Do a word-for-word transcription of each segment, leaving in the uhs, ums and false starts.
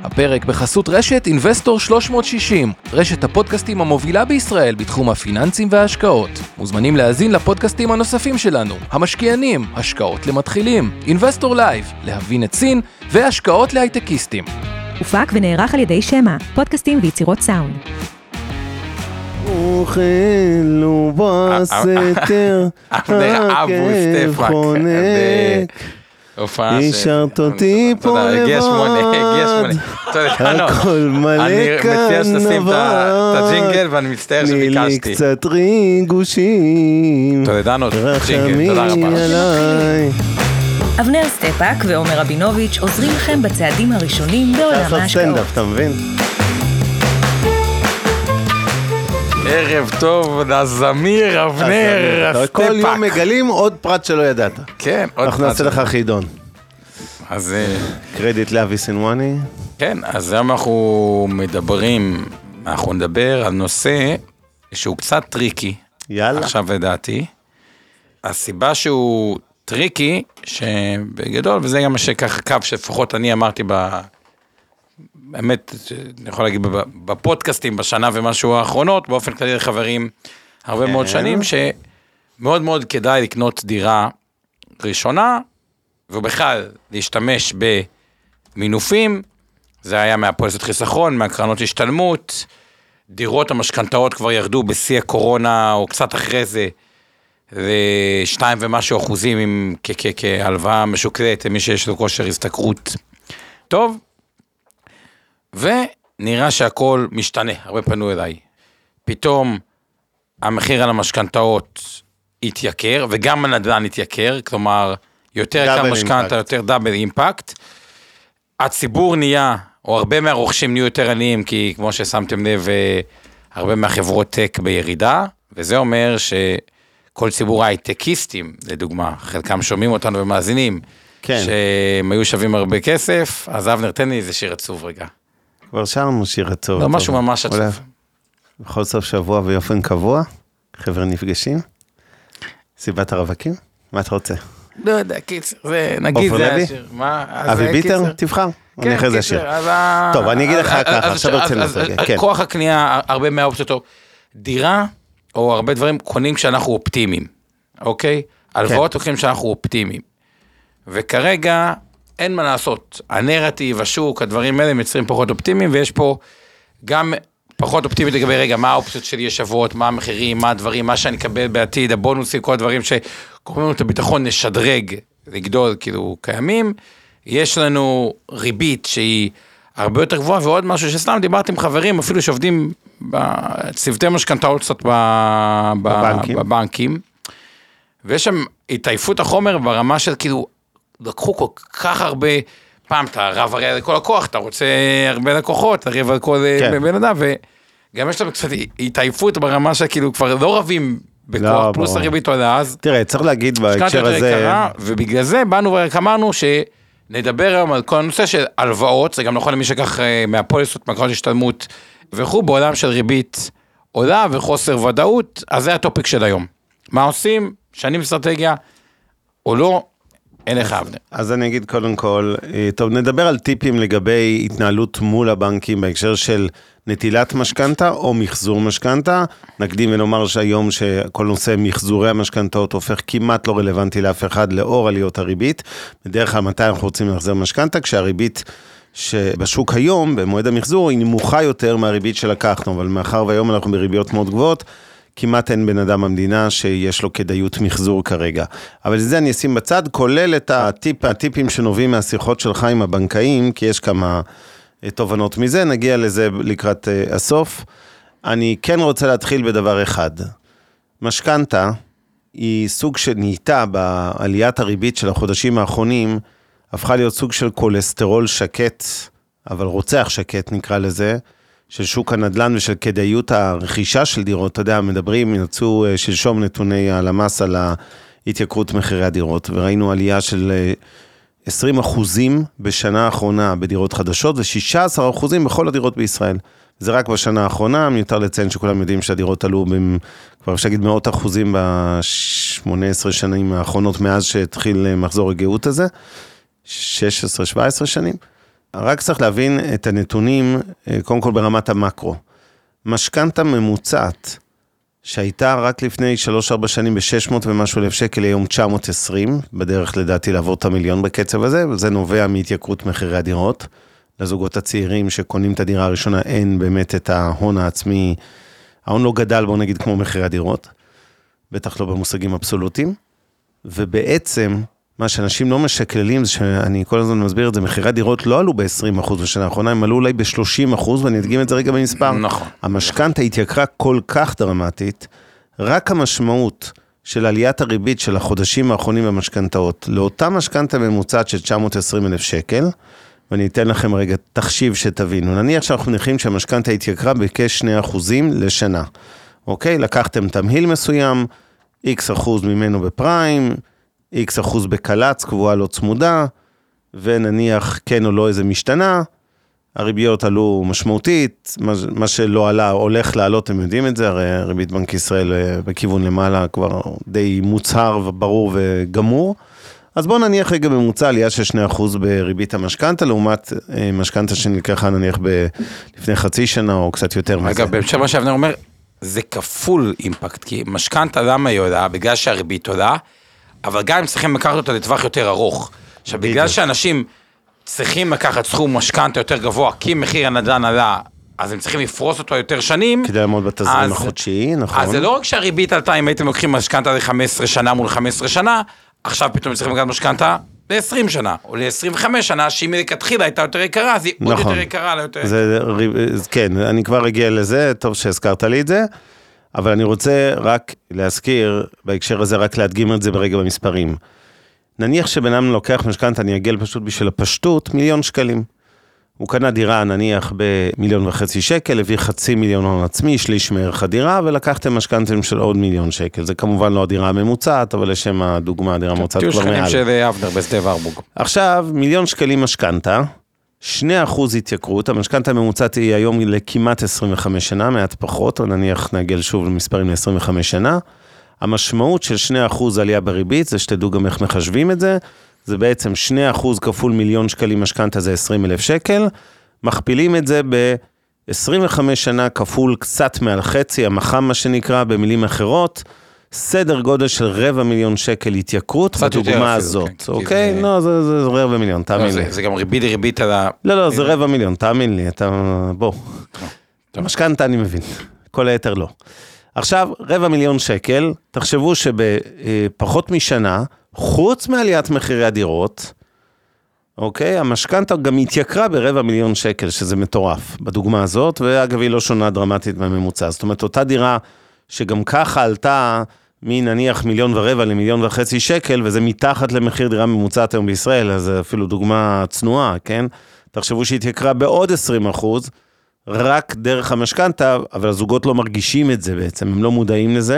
הפרק בחסות רשת Investor שלוש מאות שישים, רשת הפודקאסטים המובילה בישראל בתחום הפיננסים וההשקעות. מוזמנים להאזין לפודקאסטים הנוספים שלנו, המשקיענים, השקעות למתחילים, Investor Live, להבין את סין, והשקעות להייטקיסטים. הופק ונערך על ידי שמה, פודקאסטים ויצירות סאונד. אוכלו בסתר, הכן חונק, השארת אותי פה לבד, הכל מלא כאן נבד, תני לי קצת ריגושים, רחמי עליי. אבנר סטפאק ועומר רבינוביץ' עוזרים לכם בצעדים הראשונים בעולם ההשקעות. אתה מבין? ערב טוב, נזמיר, אבנר, סטפאק. כל יום מגלים עוד פרט שלא ידעת. כן, עוד פרט. אנחנו נעשה לך חידון. אז... קרדיט לאבי סינואני. כן, אז היום אנחנו מדברים, אנחנו נדבר על נושא שהוא קצת טריקי. יאללה. עכשיו לדעתי. הסיבה שהוא טריקי, שבגדול, וזה גם שככה קו שלפחות אני אמרתי ב... באמת, אני יכול להגיד בפודקאסטים בשנה ומשהו האחרונות, באופן כללי לחברים הרבה מאוד שנים, שמאוד מאוד כדאי לקנות דירה ראשונה, ובכלל להשתמש במינופים, זה היה מהפוליסות חיסכון, מהקרנות השתלמות, דירות המשכנתאות כבר ירדו בשיא הקורונה, או קצת אחרי זה, לשתיים ומשהו אחוזים, עם כהלוואה משוקלת, למי שיש לו כושר השתכרות טוב, ונראה שהכל משתנה, הרבה פנו אליי. פתאום המחיר על המשכנתאות התייקר, וגם הנדל"ן התייקר, כלומר, יותר כאן משכנתה, יותר דאבל אימפקט. הציבור נהיה, או הרבה מהרוכשים נהיו יותר עניים, כי כמו ששמתם לב, הרבה מהחברות טק בירידה, וזה אומר שכל ציבור ההייטקיסטים, לדוגמה, חלקם שומעים אותנו ומאזינים, כן. שהם היו שווים הרבה כסף, אז אבנר, תן לי איזה שיר עצוב רגע. כבר שרנו שיר עצוב. לא, משהו ממש עצוב. בכל סוף שבוע ויופן קבוע, חבר'ה נפגשים. סיבת הרווקים? מה אתה רוצה? לא יודע, קיצר, זה, נגיד זה השיר. אבי ביטר, תבחר. אני אחרי זה השיר. טוב, אני אגיד לך ככה, עכשיו ברצינות רגע. כוח הקנייה, הרבה מהאופציות, דירה, או הרבה דברים, קונים כשאנחנו אופטימיים. אוקיי? הלוואות לוקחים כשאנחנו אופטימיים. וכרגע, אין מה לעשות, הנרטיב, השוק, הדברים האלה מייצרים פחות אופטימיים, ויש פה גם פחות אופטימית לגבי רגע, מה האופציות שלי ישבות, מה המחירים, מה הדברים, מה שאני אקבל בעתיד, הבונוסים, כל הדברים שקוראים לנו את הביטחון נשדרג, לגדול, כאילו, קיימים. יש לנו ריבית שהיא הרבה יותר גבוהה, ועוד משהו שסתם דיברתי עם חברים, אפילו שעובדים בצוותי משכנתאות קצת בבנקים, בבנקים, ויש שם התעייפות החומר ברמה של כאילו, לקחו כל כך הרבה, פעם אתה רב הרי על כל הכוח, אתה רוצה הרבה לקוחות, אתה רב על כל בן אדם, וגם יש לנו קצת התעייפות ברמה שכאילו כבר לא רבים בכוח, פלוס הריבית עולה, אז... תראה, צריך להגיד בהקשר הזה... ובגלל זה באנו ורק אמרנו שנדבר היום על כל הנושא של הלוואות, זה גם נכון למי שכך מהפוליסות, מהקרנות השתלמות וכו', בעולם של ריבית עולה וחוסר ודאות, אז זה הטופיק של היום. מה עושים? שנים אסטרטגיה, או לא? אין לך אבנר. אז אני אגיד קודם כל, טוב, נדבר על טיפים לגבי התנהלות מול הבנקים, בהקשר של נטילת משכנתה או מחזור משכנתה. נקדים ונאמר שהיום שכל נושא מחזורי המשכנתאות הופך כמעט לא רלוונטי לאף אחד, לאור עליות הריבית. בדרך כלל מתי אנחנו רוצים להחזר משכנתה, כשהריבית שבשוק היום, במועד המחזור, היא נמוכה יותר מהריבית שלקחנו, אבל מאחר והיום אנחנו בריביות מאוד גבוהות, כמעט אין בן אדם במדינה שיש לו כדאיות מחזור כרגע. אבל זה אני אשים בצד, כולל את הטיפ, הטיפים שנובעים מהשיחות שלך עם הבנקאים, כי יש כמה תובנות מזה, נגיע לזה לקראת הסוף. אני כן רוצה להתחיל בדבר אחד. משכנתה היא סוג שנהייתה בעליית הריבית של החודשים האחרונים, הפכה להיות סוג של קולסטרול שקט, אבל רוצח שקט נקרא לזה, של שוק הנדל"ן ושל כדאיות הרכישה של דירות. אתה יודע, מדברים, יצאו שלשום נתוני הלמ"ס על ההתייקרות מחירי הדירות, וראינו עלייה של עשרים אחוזים בשנה האחרונה בדירות חדשות, ו-שישה עשר אחוזים בכל הדירות בישראל. זה רק בשנה האחרונה, מיותר לציין שכולם יודעים שהדירות עלו, כבר אפשר להגיד מאות אחוזים ב-שמונה עשרה שנים האחרונות, מאז שהתחיל מחזור הגאות הזה, שש עשרה שבע עשרה שנים. רק צריך להבין את הנתונים, קודם כל ברמת המקרו. משכנתה ממוצעת, שהייתה רק לפני שלוש ארבע שנים ב-שש מאות ומשהו אלף שקל, היום תשע מאות ועשרים, בדרך לדעתי לעבור את המיליון בקצב הזה, וזה נובע מהתייקרות מחירי הדירות. לזוגות הצעירים שקונים את הדירה הראשונה, אין באמת את ההון העצמי, ההון לא גדל, בוא נגיד, כמו מחירי הדירות, בטח לא במושגים אבסולוטיים, ובעצם, מה שאנשים לא משקללים, זה שאני כל הזמן מסביר את זה, מחירי הדירות לא עלו ב-עשרים אחוז בשנה האחרונה, הם עלו אולי ב-שלושים אחוז, ואני אדגים את זה רגע במספר. נכון. המשכנתה התייקרה כל כך דרמטית, רק המשמעות של עליית הריבית של החודשים האחרונים במשכנתאות, לאותה משכנתה ממוצעת של תשע מאות ועשרים אלף שקל, ואני אתן לכם רגע תחשיב שתבינו. נניח שאנחנו מניחים שהמשכנתה התייקרה בכ-שני אחוזים לשנה. אוקיי? לקחתם תמהיל מסוים, X אחוז ממנו בפריים, X אחוז בקלץ, קבועה לא צמודה, ונניח כן או לא איזה משתנה, הריביות עלו משמעותית, מה שלא עלה הולך לעלות, אתם יודעים את זה, הרי ריבית בנק ישראל בכיוון למעלה כבר די מוצהר וברור וגמור, אז בואו נניח רגע בממוצע עלייה של שני אחוז בריבית המשכנתה, לעומת משכנתה שנלקחה נניח ב- לפני חצי שנה או קצת יותר מזה. אגב, בהמשך מה שאבנר אומר, זה כפול אימפקט, כי משכנתה למה היא עולה, בגלל שהריבית עולה, אבל גם הם צריכים לקחת אותה לטווח יותר ארוך. עכשיו, בגלל שאנשים צריכים לקחת סכום משכנתה יותר גבוה, כי מחיר הנדל"ן עלה, אז הם צריכים לפרוס אותו יותר שנים. כדי לעמוד בתזרים החודשי, נכון. אז זה לא רק שהריבית עלתה, אם הייתם לוקחים משכנתה ל-חמש עשרה שנה מול חמש עשרה שנה, עכשיו פתאום צריכים לקחת משכנתה ל-עשרים שנה, או ל-עשרים וחמש שנה, שאם היא לכתחילה הייתה יותר יקרה, אז היא עוד יותר יקרה. זה, כן, אני כבר אגיע לזה, טוב שהזכרת לי את זה, אבל אני רוצה רק להזכיר, בהקשר הזה רק להדגים את זה ברגע במספרים. נניח שבנם לוקח משכנתה, אני אגיע פשוט בשביל הפשטות, מיליון שקלים. הוא קנה דירה נניח במיליון וחצי שקל, הביא חצי מיליון הון עצמי, שליש מערך הדירה, ולקחתם משכנתים של עוד מיליון שקל. זה כמובן לא הדירה הממוצעת, אבל לשם הדוגמה, הדירה הממוצעת כבר מעל. תהיו שכנים של אבנר בשדה ורבורג. עכשיו, מיליון שקלים משכנתה, שני אחוז התייקרות, המשכנתה הממוצעת היא היום לכמעט עשרים וחמש שנה, מעט פחות, או נניח נגיע שוב למספרים ל-עשרים וחמש שנה. המשמעות של שני אחוז עלייה בריבית, זה שתדעו גם איך מחשבים את זה, זה בעצם שני אחוז כפול מיליון שקלים משכנתה, זה עשרים אלף שקל, מכפילים את זה ב-עשרים וחמש שנה כפול קצת מעל חצי, המחם מה שנקרא, במילים אחרות, סדר גודל של רבע מיליון שקל התייקרות, בדוגמה הזאת, אוקיי? לא, זה רבע מיליון, תאמין לי. זה גם ריבית ריבית על ה... לא, לא, זה רבע מיליון, תאמין לי, אתה... בוא. משכנתה אני מבין, כל היתר לא. עכשיו, רבע מיליון שקל, תחשבו שבפחות משנה, חוץ מעליית מחירי הדירות, אוקיי, המשכנתה גם התייקרה ברבע מיליון שקל, שזה מטורף, בדוגמה הזאת, ואגב היא לא שונה דרמטית בממוצע. זאת אומרת, אותה דירה שגם ככה עלתה מנניח מיליון ורבע למיליון וחצי שקל, וזה מתחת למחיר דירה ממוצעת היום בישראל, אז זה אפילו דוגמה צנועה, כן? תחשבו שהיא התייקרה בעוד עשרים אחוז, רק דרך המשכנתה, אבל הזוגות לא מרגישים את זה בעצם, הם לא מודעים לזה.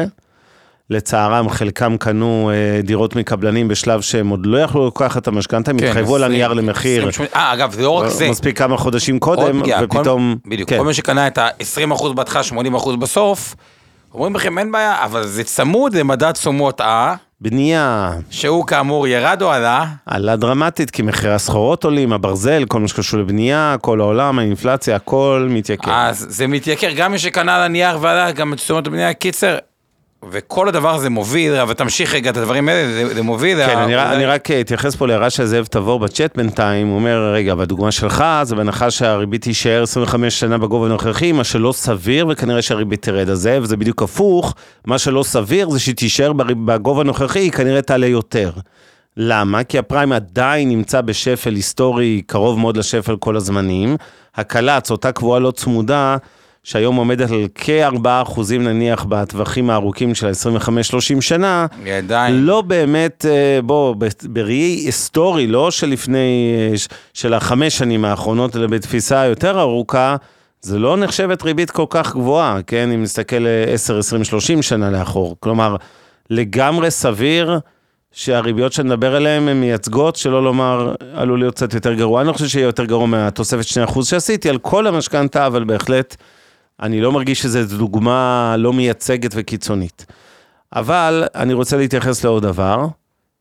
לצערם, חלקם קנו אה, דירות מקבלנים בשלב שהם עוד לא יכלו לקחת את המשכנתה, הם התחייבו על הנייר למחיר. אה, אגב, זה לא רק זה. מספיק כמה חודשים קודם, ופתאום... בדיוק, כל מי שקנה את ה-עשרים אחוז בהתחלה, שמונים אחוז בסוף, אומרים לכם, אין בעיה, אבל זה צמוד למדד תשומות ה... בנייה. שהוא כאמור ירד או עלה? עלה דרמטית, כי מחירי הסחורות עולים, הברזל, כל מה שקשור לבנייה, כל העולם, האינפלציה, הכל מתייקר. אז זה מתייקר, גם מי שקנה לנייר ועלה, גם את תשומות הבנייה, קיצר, וכל הדבר הזה מוביל, אבל תמשיך רגע את הדברים האלה, זה, זה מוביל. כן, אני, אני רק אתייחס פה להערה של זאב תבור בצ'אט בינתיים, הוא אומר, רגע, בדוגמה שלך, זה בהנחה שהריבית תישאר עשרים וחמש שנה בגובה הנוכחי, מה שלא סביר, וכנראה שהריבית תרד. אז זאב, זה בדיוק הפוך, מה שלא סביר זה שהיא תישאר בגובה הנוכחי, היא כנראה תעלה יותר. למה? כי הפריים עדיין נמצא בשפל היסטורי, קרוב מאוד לשפל כל הזמנים, הקלץ, אותה קבועה לא צמודה, שהיום עומדת על כ-ארבעה אחוזים נניח בטווחים הארוכים של ה-עשרים וחמש שלושים שנה, עדיין. לא באמת, בוא, בראי היסטורי, לא שלפני, של החמש שנים האחרונות, אלא בתפיסה יותר ארוכה, זה לא נחשבת ריבית כל כך גבוהה, כן? אם נסתכל עשר, עשרים, שלושים שנה לאחור. כלומר, לגמרי סביר שהריביות שנדבר עליהן הן מייצגות, שלא לומר, עלול להיות קצת יותר גרוע. אני לא חושב שיהיה יותר גרוע מהתוספת שני אחוז שעשיתי על כל המשכנתה, אבל בהחלט אני לא מרגיש שזו דוגמה לא מייצגת וקיצונית. אבל אני רוצה להתייחס לעוד דבר,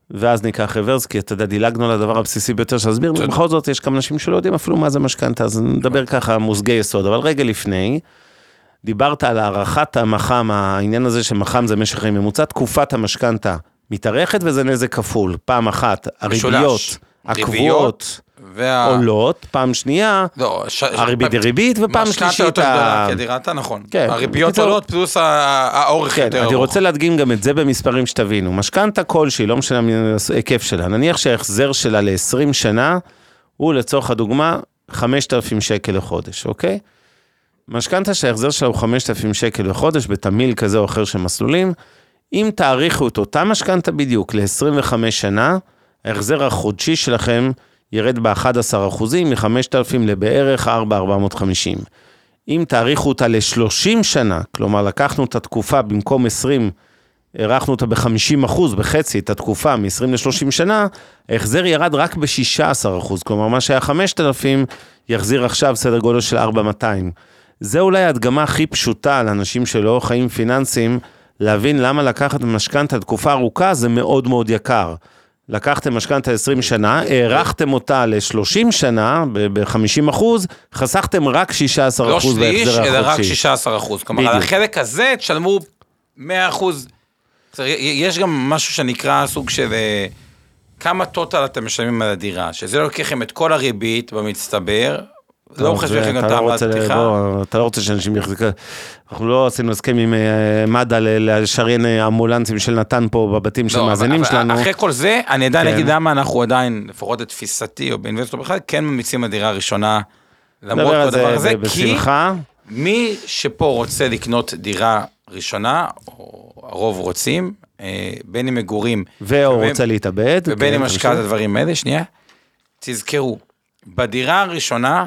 ואז ניקח רוורס, כי אתה יודע, דילגנו לדבר הבסיסי ביותר שהסביר, ובכל זאת יש כמה אנשים שלא יודעים אפילו מה זה משכנתה, אז נדבר ככה מושגי יסוד, אבל רגע לפני, דיברת על הערכת המח"מ, העניין הזה שמח"מ זה משך חיים ממוצע, תקופת המשכנתה מתארכת וזה נזק כפול, פעם אחת, הריביות הקבועות עולות, פעם שנייה, הריבית דריבית, ופעם שלישית, נכון, הריביות עולות פלוס האורך יותר ארוך. אני רוצה להדגים גם את זה במספרים שתבינו, משכנתה כלשהי, לא משנה היקף שלה, נניח שההחזר שלה ל-עשרים שנה, הוא לצורך הדוגמה, חמשת אלפים שקל לחודש, אוקיי? משכנתה שההחזר שלה הוא חמשת אלפים שקל לחודש, בתמיל כזה או אחר של מסלולים, אם תאריכו את אותה משכנתה בדיוק ל-עשרים וחמש שנה, ההחזר החודשי שלכם ירד ב-אחד עשר אחוזים, מ-חמשת אלפים לבערך ארבע אלף ארבע מאות וחמישים. אם תאריכו אותה ל-שלושים שנה, כלומר לקחנו את התקופה במקום עשרים, הערכנו אותה ב-חמישים אחוז, בחצי, את התקופה מ-עשרים ל-שלושים שנה, ההחזר ירד רק ב-שישה עשר אחוז, כלומר מה שהיה חמשת אלפים, יחזיר עכשיו סדר גודל של ארבע אלף ומאתיים. זה אולי ההדגמה הכי פשוטה לאנשים שלא חיים פיננסיים, להבין למה לקחת משכנתה תקופה ארוכה, זה מאוד מאוד יקר. לקחתם משכנתה עשרים שנה, הערכתם אותה ל-שלושים שנה, ב-חמישים אחוז, חסכתם רק שישה עשר אחוז בהחזר החודשי. לא שליש, אלא רק שישה עשר אחוז. כלומר, על החלק הזה תשלמו מאה אחוז. יש גם משהו שנקרא סוג של כמה טוטל אתם משלמים על הדירה, שזה לא לוקחים את כל הריבית במצטבר, לא חשבי לכם גם טעם לפתיחה. אתה לא רוצה שאנשים יחזיקו, אנחנו לא עשינו הסכם עם מד"א לשריין אמבולנסים של נתן פה בבתים של מאזינים שלנו. אחרי כל זה, אני עדיין אגיד למה אנחנו עדיין, לפחות את תפיסתי או באינבסטור בכלל, כן ממיצים הדירה הראשונה, למרות כל הדבר הזה, כי מי שפה רוצה לקנות דירה ראשונה, או הרוב רוצים, בין אם מגורים, והוא רוצה להתאבד, ובין אם השקעת הדברים האלה, שנייה, תזכרו, בדירה הראשונה,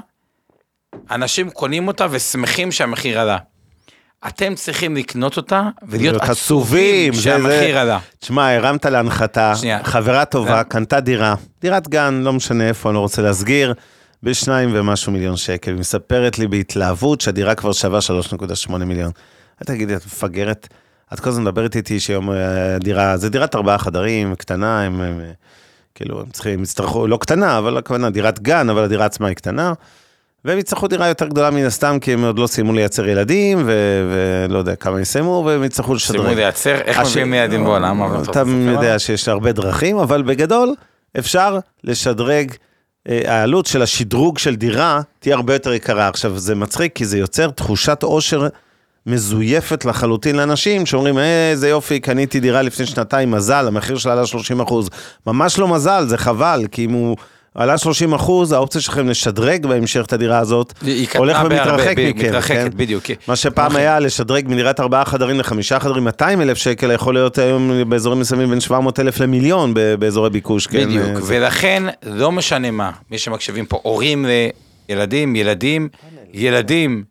אנשים קונים אותה ושמחים שהמחיר עלה. אתם צריכים לקנות אותה ולהיות עצובים שהמחיר עלה. תשמע, הרמת להנחתה, חברה טובה, קנתה דירה, דירת גן, לא משנה איפה, אני לא רוצה להסגיר, בשניים ומשהו מיליון שקל, מספרת לי בהתלהבות שהדירה כבר שווה שלוש נקודה שמונה מיליון. את תגידי, את מפגרת, את כל הזמן מדברת איתי שיום דירה, זה דירת ארבעה חדרים, קטנה, הם, הם כאילו, הם צריכים, יצטרכו, לא קטנה, אבל הכוונה, דירת גן, אבל הדירה עצמה היא קטנה, והם יצטרכו דירה יותר גדולה מן הסתם, כי הם עוד לא סיימו לייצר ילדים, ולא יודע כמה יסיימו, והם יצטרכו לשדרג. סיימו לייצר, איך מביאים ילדים בעולם? אתה יודע שיש הרבה דרכים, אבל בגדול אפשר לשדרג, העלות של השדרוג של דירה תהיה הרבה יותר יקרה. עכשיו זה מצחיק, כי זה יוצר תחושת עושר מזויפת לחלוטין לאנשים, שאומרים, איזה יופי, קניתי דירה לפני שנתיים, מזל, המחיר שלה עלה שלושים אחוז. ממש לא מזל, זה חבל, כי אם הוא עלה שלושים אחוז, האופציה שלכם לשדרג בהמשך את הדירה הזאת, הולך ומתרחק מכם, כן? בדיוק. מה שפעם היה לשדרג מדירת ארבעה חדרים לחמישה חדרים, מאתיים אלף שקל, יכול להיות היום באזורים מסוימים בין שבע מאות אלף למיליון באזורי ביקוש, כן? בדיוק, ולכן לא משנה מה, מי שמקשיבים פה, הורים לילדים, ילדים, ילדים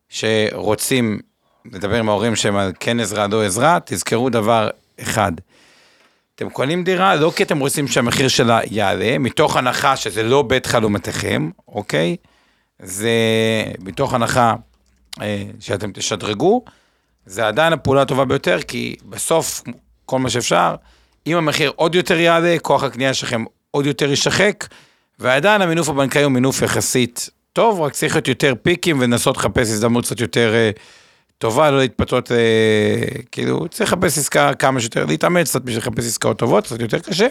שרוצים לדבר עם ההורים שהם כן עזרה, לא עזרה, תזכרו דבר אחד, אתם קונים דירה, לא כי אתם רוצים שהמחיר שלה יעלה, מתוך הנחה שזה לא בית חלומתכם, אוקיי? זה מתוך הנחה אה, שאתם תשדרגו, זה עדיין הפעולה הטובה ביותר, כי בסוף, כל מה שאפשר, אם המחיר עוד יותר יעלה, כוח הקנייה שלכם עוד יותר ישחק, ועדיין המינוף הבנקאי הוא מינוף יחסית טוב, רק צריך להיות יותר פיקים, ונסות לחפש הזדמנות קצת יותר אה, טובה, לא להתפתות, אה, כאילו, צריך לחפש עסקה כמה שיותר, להתאמץ קצת בשביל לחפש עסקאות טובות, קצת יותר קשה.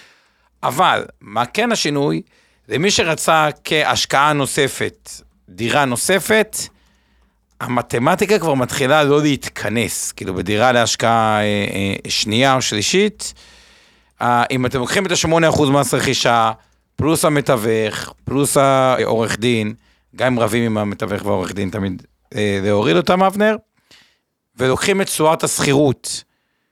אבל, מה כן השינוי? זה מי שרצה כהשקעה נוספת, דירה נוספת, המתמטיקה כבר מתחילה לא להתכנס, כאילו בדירה להשקעה אה, אה, שנייה או שלישית, אה, אם אתם לוקחים את ה-שמונה אחוז מס רכישה, פלוס המתווך, פלוס העורך דין, גם אם רבים עם המתווך והעורך דין תמיד אה, להוריד אותם אבנר, ולוקחים את תשואת הסחירות,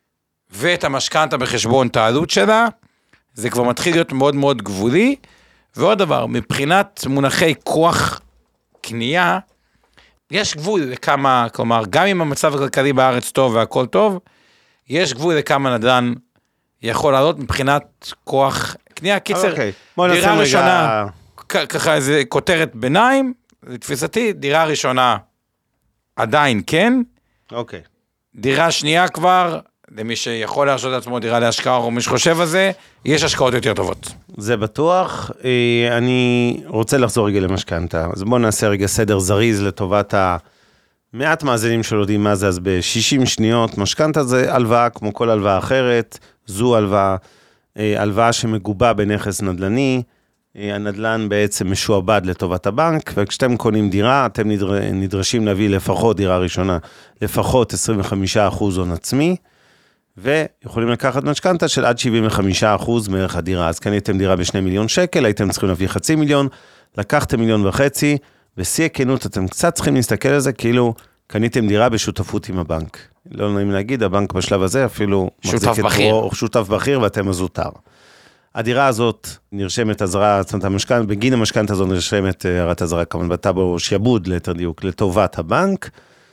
ואת המשכנתה בחשבון את העלות שלה, זה כבר מתחיל להיות מאוד מאוד גבולי, ועוד דבר, מבחינת מונחי כוח קנייה, יש גבול לכמה, כלומר, גם אם המצב הכלכלי בארץ טוב והכל טוב, יש גבול לכמה נדל"ן יכול לעלות מבחינת כוח קנייה. קיצר, דירה ראשונה, ככה איזה כותרת ביניים, לתפיסתי, דירה ראשונה עדיין כן, אוקיי. דירה שנייה כבר, למי שיכול להרשות לעצמו דירה להשקעה, או מי שחושב על זה, יש השקעות יותר טובות. זה בטוח. אני רוצה לחזור רגע למשכנתה. אז בואו נעשה רגע סדר זריז לטובת המעט מאזינים שלא יודעים מה זה, אז ב-שישים שניות, משכנתה זה הלוואה כמו כל הלוואה אחרת, זו הלוואה, הלוואה שמגובה בנכס נדל"ני, הנדל"ן בעצם משועבד לטובת הבנק, וכשאתם קונים דירה, אתם נדרשים להביא לפחות דירה ראשונה, לפחות עשרים וחמישה אחוז הון עצמי, ויכולים לקחת משכנתה של עד שבעים וחמישה אחוז מערך הדירה. אז קניתם דירה בשני מיליון שקל, הייתם צריכים להביא חצי מיליון, לקחתם מיליון וחצי, בשיא הכנות אתם קצת צריכים להסתכל על זה, כאילו קניתם דירה בשותפות עם הבנק. לא נעים להגיד, הבנק בשלב הזה אפילו שותף בכיר. שותף בכיר ואתם הזוטר. הדירה הזאת נרשמת הזרה, זאת אומרת, המשכנתה, בגין המשכנתה הזאת נרשמת הרת הזרה, כמובן בטאבו שיבוד ליתר דיוק לטובת הבנק,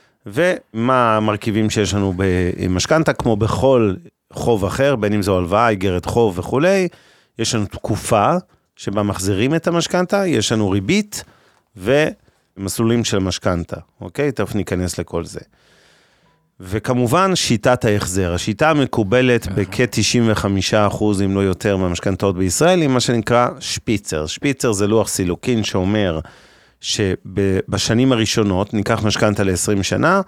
ומה המרכיבים שיש לנו במשכנתה, כמו בכל חוב אחר, בין אם זו הלוואה, איגרת חוב וכולי, יש לנו תקופה שבה מחזירים את המשכנתה, יש לנו ריבית ומסלולים של המשכנתה, אוקיי? תכף ניכנס לכל זה. וכמובן שיטת ההחזר, השיטה המקובלת בכ-תשעים וחמישה אחוז אם לא יותר מהמשכנתאות בישראל, היא מה שנקרא שפיצר. שפיצר זה לוח סילוקין שאומר שבשנים הראשונות, ניקח משכנתה ל-עשרים שנה,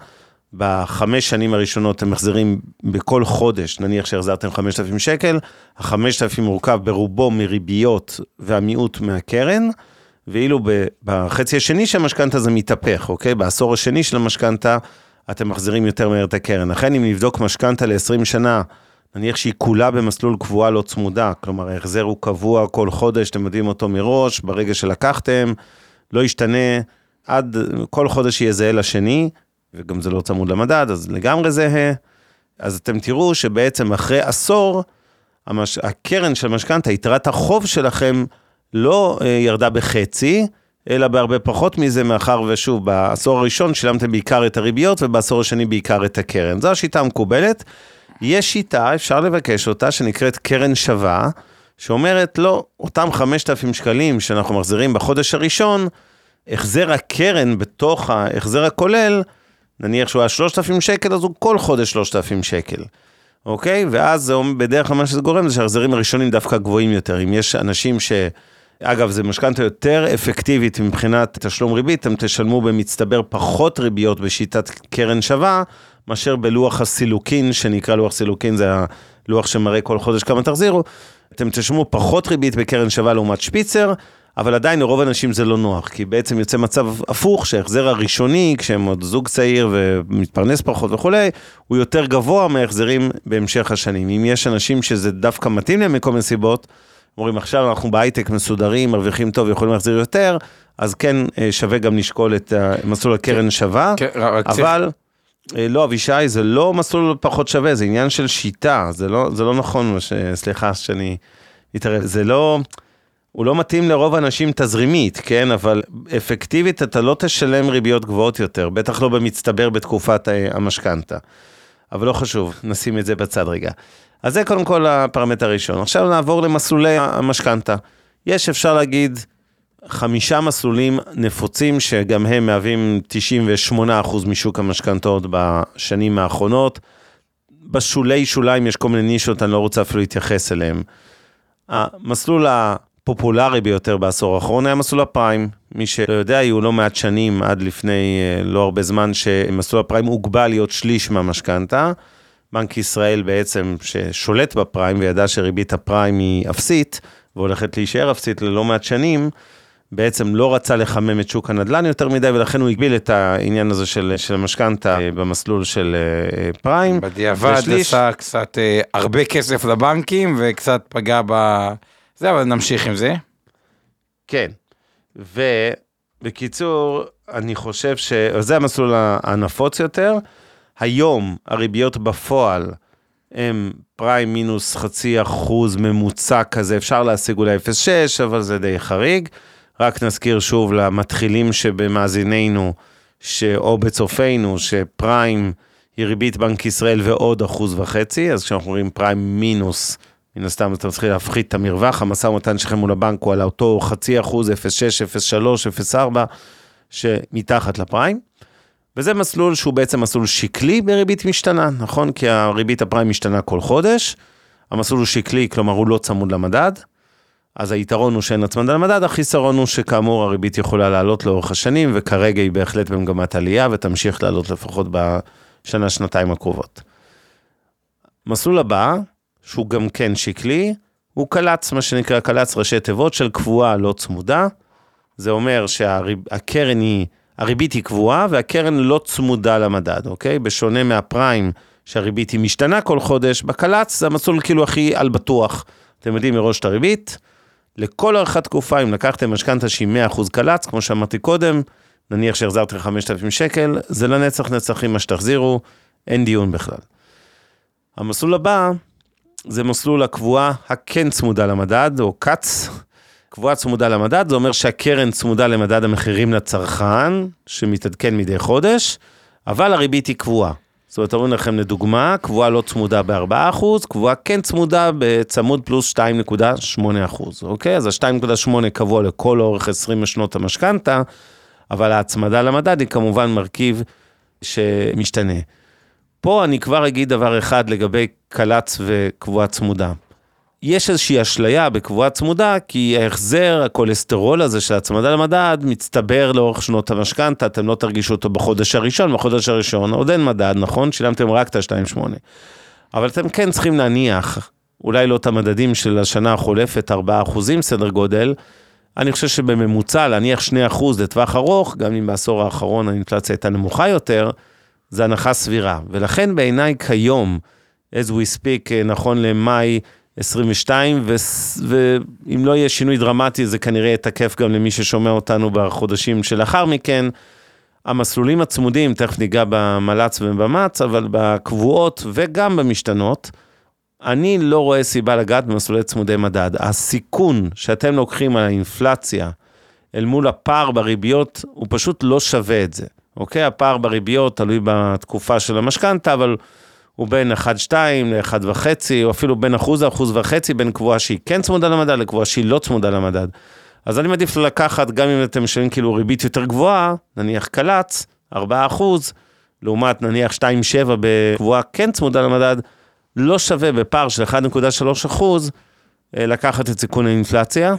בחמש שנים הראשונות הם מחזירים בכל חודש, נניח שהחזרתם חמשת אלפים שקל, ה-חמשת אלפים מורכב ברובו מריביות והמיעוט מהקרן, ואילו בחצי השני של המשכנתה זה מתהפך, אוקיי? בעשור השני של המשכנתה, אתם מחזירים יותר מהר את הקרן. לכן אם נבדוק משכנתה ל-עשרים שנה, נניח שהיא כולה במסלול קבועה לא צמודה, כלומר ההחזר הוא קבוע כל חודש, אתם יודעים אותו מראש, ברגע שלקחתם, לא ישתנה, עד כל חודש יהיה זהה לשני, וגם זה לא צמוד למדד, אז לגמרי זהה, אז אתם תראו שבעצם אחרי עשור, המש... הקרן של משכנתה, יתרת החוב שלכם לא ירדה בחצי, אלא בהרבה פחות מזה, מאחר ושוב, בעשור הראשון שילמתם בעיקר את הריביות, ובעשור השני בעיקר את הקרן. זו השיטה המקובלת. יש שיטה, אפשר לבקש אותה, שנקראת קרן שווה, שאומרת, לא, אותם חמשת אלפים שקלים שאנחנו מחזירים בחודש הראשון, החזר הקרן בתוך ההחזר הכולל, נניח שהוא היה שלושת אלפים שקל, אז הוא כל חודש שלושת אלפים שקל. אוקיי? ואז זה בדרך כלל מה שזה גורם, זה שההחזרים הראשונים דווקא גבוהים יותר. אם יש אנשים ש... אגב, זה משכנתה יותר אפקטיבית מבחינת תשלום ריבית, אתם תשלמו במצטבר פחות ריביות בשיטת קרן שווה, מאשר בלוח הסילוקין, שנקרא לוח סילוקין, זה הלוח שמראה כל חודש כמה תחזירו, אתם תשלמו פחות ריבית בקרן שווה לעומת שפיצר, אבל עדיין לרוב האנשים זה לא נוח, כי בעצם יוצא מצב הפוך, שההחזר הראשוני, כשהם עוד זוג צעיר ומתפרנס פחות וכו', הוא יותר גבוה מההחזרים בהמשך השנים. אם יש אנשים שזה דווקא מתאים להם מכל מיני סיבות, אומרים עכשיו אנחנו בהייטק מסודרים, מרוויחים טוב, יכולים להחזיר יותר, אז כן שווה גם לשקול את מסלול הקרן שווה, אבל לא אבישי, זה לא מסלול פחות שווה, זה עניין של שיטה, זה לא, זה לא נכון, סליחה שאני מתערב, זה לא, הוא לא מתאים לרוב האנשים תזרימית, כן, אבל אפקטיבית אתה לא תשלם ריביות גבוהות יותר, בטח לא במצטבר בתקופת המשכנתה, אבל לא חשוב, נשים את זה בצד רגע. אז זה קודם כל הפרמטר הראשון. עכשיו נעבור למסלולי המשכנתה. יש, אפשר להגיד, חמישה מסלולים נפוצים, שגם הם מהווים תשעים ושמונה אחוז משוק המשכנתות בשנים האחרונות. בשולי שוליים יש כל מיני נישות, אני לא רוצה אפילו להתייחס אליהם. המסלול הפופולרי ביותר בעשור האחרון היה מסלול הפריים. מי שלא יודע, היו לא מעט שנים עד לפני לא הרבה זמן, שמסלול הפריים הוגבל להיות שליש מהמשכנתה. בנק ישראל בעצם ששולט בפריים וידע שריבית הפריים היא אפסית, והולכת להישאר אפסית ללא מעט שנים, בעצם לא רצה לחמם את שוק הנדל"ן יותר מדי, ולכן הוא הגביל את העניין הזה של, של המשכנתה במסלול של פריים. בדיעבד עשה קצת הרבה כסף לבנקים, וקצת פגע ב... זה, אבל נמשיך עם זה. כן, ובקיצור, אני חושב שזה המסלול הנפוץ יותר, היום הריביות בפועל הם פריים מינוס חצי אחוז ממוצע כזה, אפשר להשיג אולי אפס נקודה שש, אבל זה די חריג. רק נזכיר שוב למתחילים שבמאזינינו, או בצופינו, שפריים היא ריבית בנק ישראל ועוד אחוז וחצי, אז כשאנחנו רואים פריים מינוס, מן הסתם אתם צריכים להפחית את המרווח, המשא ומתן שלכם מול הבנק הוא על אותו חצי אחוז, אפס נקודה שש, אפס נקודה שלוש, אפס נקודה ארבע, שמתחת לפריים. וזה מסלול שהוא בעצם מסלול שקלי בריבית משתנה, נכון? כי הריבית הפריים משתנה כל חודש, המסלול הוא שקלי, כלומר הוא לא צמוד למדד, אז היתרון הוא שאין הצמדה למדד, החיסרון הוא שכאמור הריבית יכולה לעלות לאורך השנים, וכרגע היא בהחלט במגמת עלייה, ותמשיך לעלות לפחות בשנה, שנתיים הקרובות. מסלול הבא, שהוא גם כן שקלי, הוא קלץ, מה שנקרא קלץ ראשי תיבות של קבועה לא צמודה, זה אומר שהקרן היא, הריבית היא קבועה, והקרן לא צמודה למדד, אוקיי? בשונה מהפריים, שהריבית היא משתנה כל חודש, בקלץ זה המסלול כאילו הכי על בטוח, אתם יודעים מראש את הריבית, לכל ערכת תקופה, אם לקחתם משכנתה שהיא מאה אחוז קלץ, כמו שאמרתי קודם, נניח שהחזרתם חמשת אלפים שקל, זה לנצח נצחים מה שתחזירו, אין דיון בכלל. המסלול הבא, זה מסלול הקבועה הכן צמודה למדד, או קץ, קבועה צמודה למדד, זה אומר שהקרן צמודה למדד המחירים לצרכן, שמתעדכן מדי חודש, אבל הריבית היא קבועה. זאת אומרת, אומרים לכם לדוגמה, קבועה לא צמודה ב-ארבעה אחוז, קבועה כן צמודה בצמוד פלוס שתיים נקודה שמונה אחוז, אוקיי? אז ה-שתיים נקודה שמונה קבוע לכל אורך עשרים שנות המשכנתה, אבל ההצמדה למדד היא כמובן מרכיב שמשתנה. פה אני כבר אגיד דבר אחד לגבי קלץ וקבועה צמודה. יש איזושהי אשליה בקבועה צמודה, כי ההחזר, הכולסטרול הזה של הצמדה למדד, מצטבר לאורך שנות המשכנתה, אתם לא תרגישו אותו בחודש הראשון, בחודש הראשון עוד אין מדד, נכון? שילמתם רק את ה-שתיים נקודה שמונה. אבל אתם כן צריכים להניח, אולי לא את המדדים של השנה החולפת, ארבעה אחוזים סדר גודל, אני חושב שבממוצע להניח שני אחוז לטווח ארוך, גם אם בעשור האחרון האינפלציה הייתה נמוכה יותר, זה הנחה סבירה. ולכן בעיניי כיום, as we speak, נכון למאי עשרים ושתיים, ואם לא יהיה שינוי דרמטי, זה כנראה יתקף גם למי ששומע אותנו בחודשים שלאחר מכן. המסלולים הצמודים, תכף ניגע במלץ ובמץ, אבל בקבועות וגם במשתנות, אני לא רואה סיבה לגעת במסלולי צמודי מדד. הסיכון שאתם לוקחים על האינפלציה, אל מול הפער בריביות, הוא פשוט לא שווה את זה. אוקיי? הפער בריביות תלוי בתקופה של המשכנתה, אבל הוא בין אחת נקודה שתיים ל-אחת נקודה חמש, או אפילו בין אחוז לאחוז וחצי, בין קבועה שהיא כן צמודה למדד, לקבועה שהיא לא צמודה למדד. אז אני מעדיף לקחת, גם אם אתם משלמים כאילו ריבית יותר גבוהה, נניח קלץ, ארבעה אחוז, לעומת נניח שתיים נקודה שבע בקבועה כן צמודה למדד, לא שווה בפער של אחת נקודה שלוש אחוז, לקחת את סיכון האינפלציה,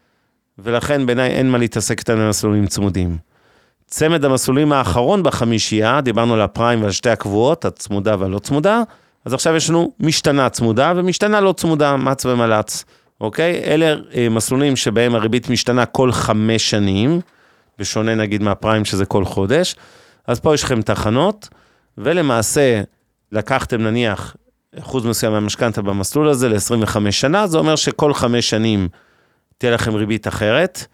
ולכן בעיניי אין מה להתעסק איתנו במסלולים צמודים. צמד המסלולים האחרון בחמישייה, דיברנו על הפריים ועל שתי הקבועות, הצמודה והלא צמודה, אז עכשיו יש לנו משתנה צמודה ומשתנה לא צמודה, מץ ומלץ, אוקיי? אלה מסלולים שבהם הריבית משתנה כל חמש שנים, בשונה נגיד מהפריים שזה כל חודש, אז פה יש לכם תחנות, ולמעשה לקחתם נניח אחוז מסוים מהמשכנתה במסלול הזה ל-עשרים וחמש שנה, זה אומר שכל חמש שנים תהיה לכם ריבית אחרת,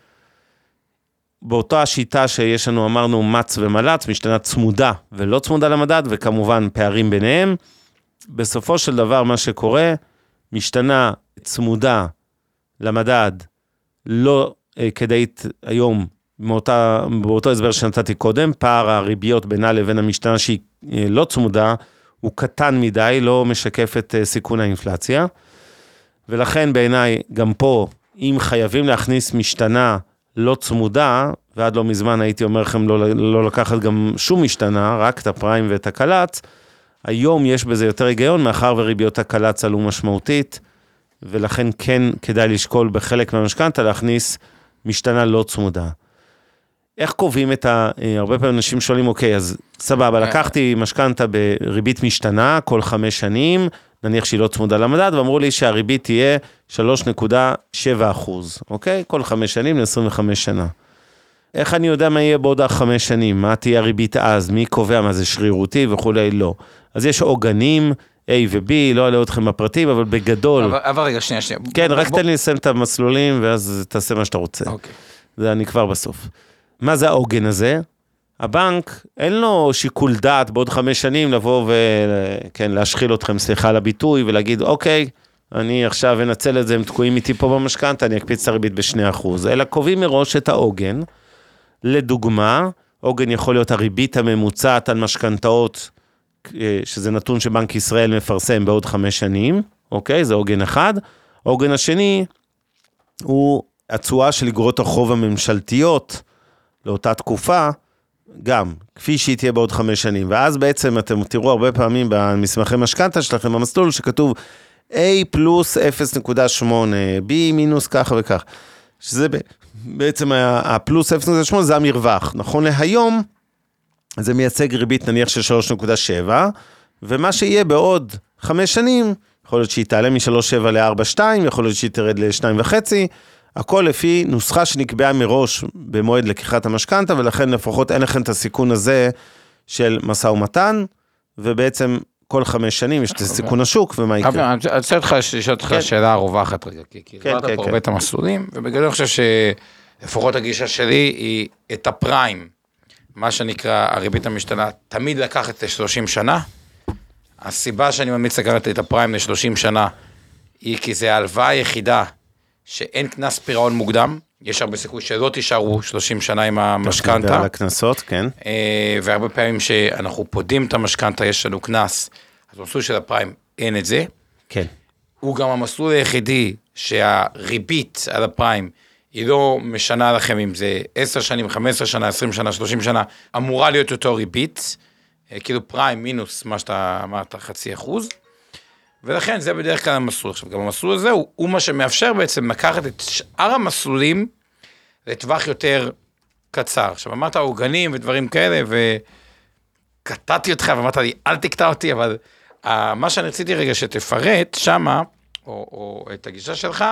באותה השיטה שיש לנו, אמרנו, מץ ומלץ, משתנה צמודה ולא צמודה למדד, וכמובן פערים ביניהם. בסופו של דבר, מה שקורה, משתנה צמודה למדד, לא אה, כדאית היום, מאותה, באותו הסבר שנתתי קודם, פער הריביות בינה לבין המשתנה שהיא אה, לא צמודה, הוא קטן מדי, לא משקף את אה, סיכון האינפלציה. ולכן בעיניי, גם פה, אם חייבים להכניס משתנה, לא צמודה, ועד לא מזמן הייתי אומר לכם לא, לא לקחת גם שום משתנה, רק את הפריים ואת הקלץ, היום יש בזה יותר היגיון, מאחר וריביות הקלץ עלו משמעותית, ולכן כן כדאי לשקול בחלק מהמשכנתה להכניס משתנה לא צמודה. איך קובעים את ה... הרבה פעמים אנשים שואלים, אוקיי, אז סבבה, לקחתי משכנתה בריבית משתנה כל חמש שנים, נניח שהיא לא צמודה למדד, ואמרו לי שהריבית תהיה שלוש נקודה שבע אחוז, אוקיי? כל חמש שנים ל-עשרים וחמש שנה. איך אני יודע מה יהיה בעוד חמש שנים? מה תהיה הריבית אז? מי קובע מה זה שרירותי וכולי? לא. אז יש עוגנים, A ו-B, לא עלה אתכם בפרטים, אבל בגדול... אבל, אבל רגע, שנייה, שנייה. כן, בוא, רק בוא... תן לי לסיים את המסלולים, ואז תעשה מה שאתה רוצה. אוקיי. זה אני כבר בסוף. מה זה העוגן הזה? הבנק, אין לו שיקול דעת בעוד חמש שנים לבוא וכן, להשחיל אתכם, סליחה על הביטוי, ולהגיד, אוקיי, אני עכשיו אנצל את זה, הם תקועים איתי פה במשכנתה, אני אקפיץ את הריבית בשני אחוז, אלא קובעים מראש את העוגן. לדוגמה, עוגן יכול להיות הריבית הממוצעת על משכנתאות, שזה נתון שבנק ישראל מפרסם בעוד חמש שנים, אוקיי, זה עוגן אחד. העוגן השני, הוא התשואה של אגרות החוב הממשלתיות, לאותה תקופה, גם, כפי שהיא תהיה בעוד חמש שנים, ואז בעצם אתם תראו הרבה פעמים במסמכי משכנתה שלכם, במסלול שכתוב A פלוס אפס נקודה שמונה, B מינוס ככה וכך, שזה בעצם הפלוס אפס נקודה שמונה זה המרווח, נכון להיום, זה מייצג ריבית נניח של שלוש נקודה שבע, ומה שיהיה בעוד חמש שנים, יכול להיות שהיא תעלה מ-שלוש נקודה שבע ל-ארבע נקודה שתיים, יכול להיות שהיא תרד ל-שתיים נקודה חמש, הכל לפי נוסחה שנקבעה מראש במועד לקיחת המשכנתה, ולכן לפחות אין לכם את הסיכון הזה של משא ומתן, ובעצם כל חמש שנים יש את סיכון השוק, ומה יקרה. אני רוצה לשאול אותך שאלה רווחת רגע, כי הסברת פה הרבה את המסלולים, ובגלל אני חושב שלפחות הגישה שלי היא את הפריים, מה שנקרא הריבית המשתנה, תמיד לקחת ל-שלושים שנה, הסיבה שאני ממליץ לקחת את הפריים ל-שלושים שנה, היא כי זה ההלוואה היחידה, שאין כנס פירעון מוקדם, יש הרבה סיכוי שלא תישארו שלושים שנה עם המשכנתה. על הכנסות, כן. והרבה פעמים שאנחנו פודים את המשכנתה, יש לנו כנס, אז במסלול של הפריים אין את זה. כן. הוא גם המסלול היחידי שהריבית על הפריים, היא לא משנה לכם אם זה עשר שנים, חמש עשרה שנה, עשרים שנה, שלושים שנה, אמורה להיות אותו ריבית, כאילו פריים מינוס מה שאתה אמרת, חצי אחוז, ולכן זה בדרך כלל המסלול. עכשיו, גם המסלול הזה הוא, הוא מה שמאפשר בעצם לקחת את שאר המסלולים לטווח יותר קצר. עכשיו, אמרת עוגנים ודברים כאלה, וקטעתי אותך ואמרת לי, אל תקטע אותי, אבל uh, מה שאני רציתי רגע שתפרט שמה, או, או את הגישה שלך,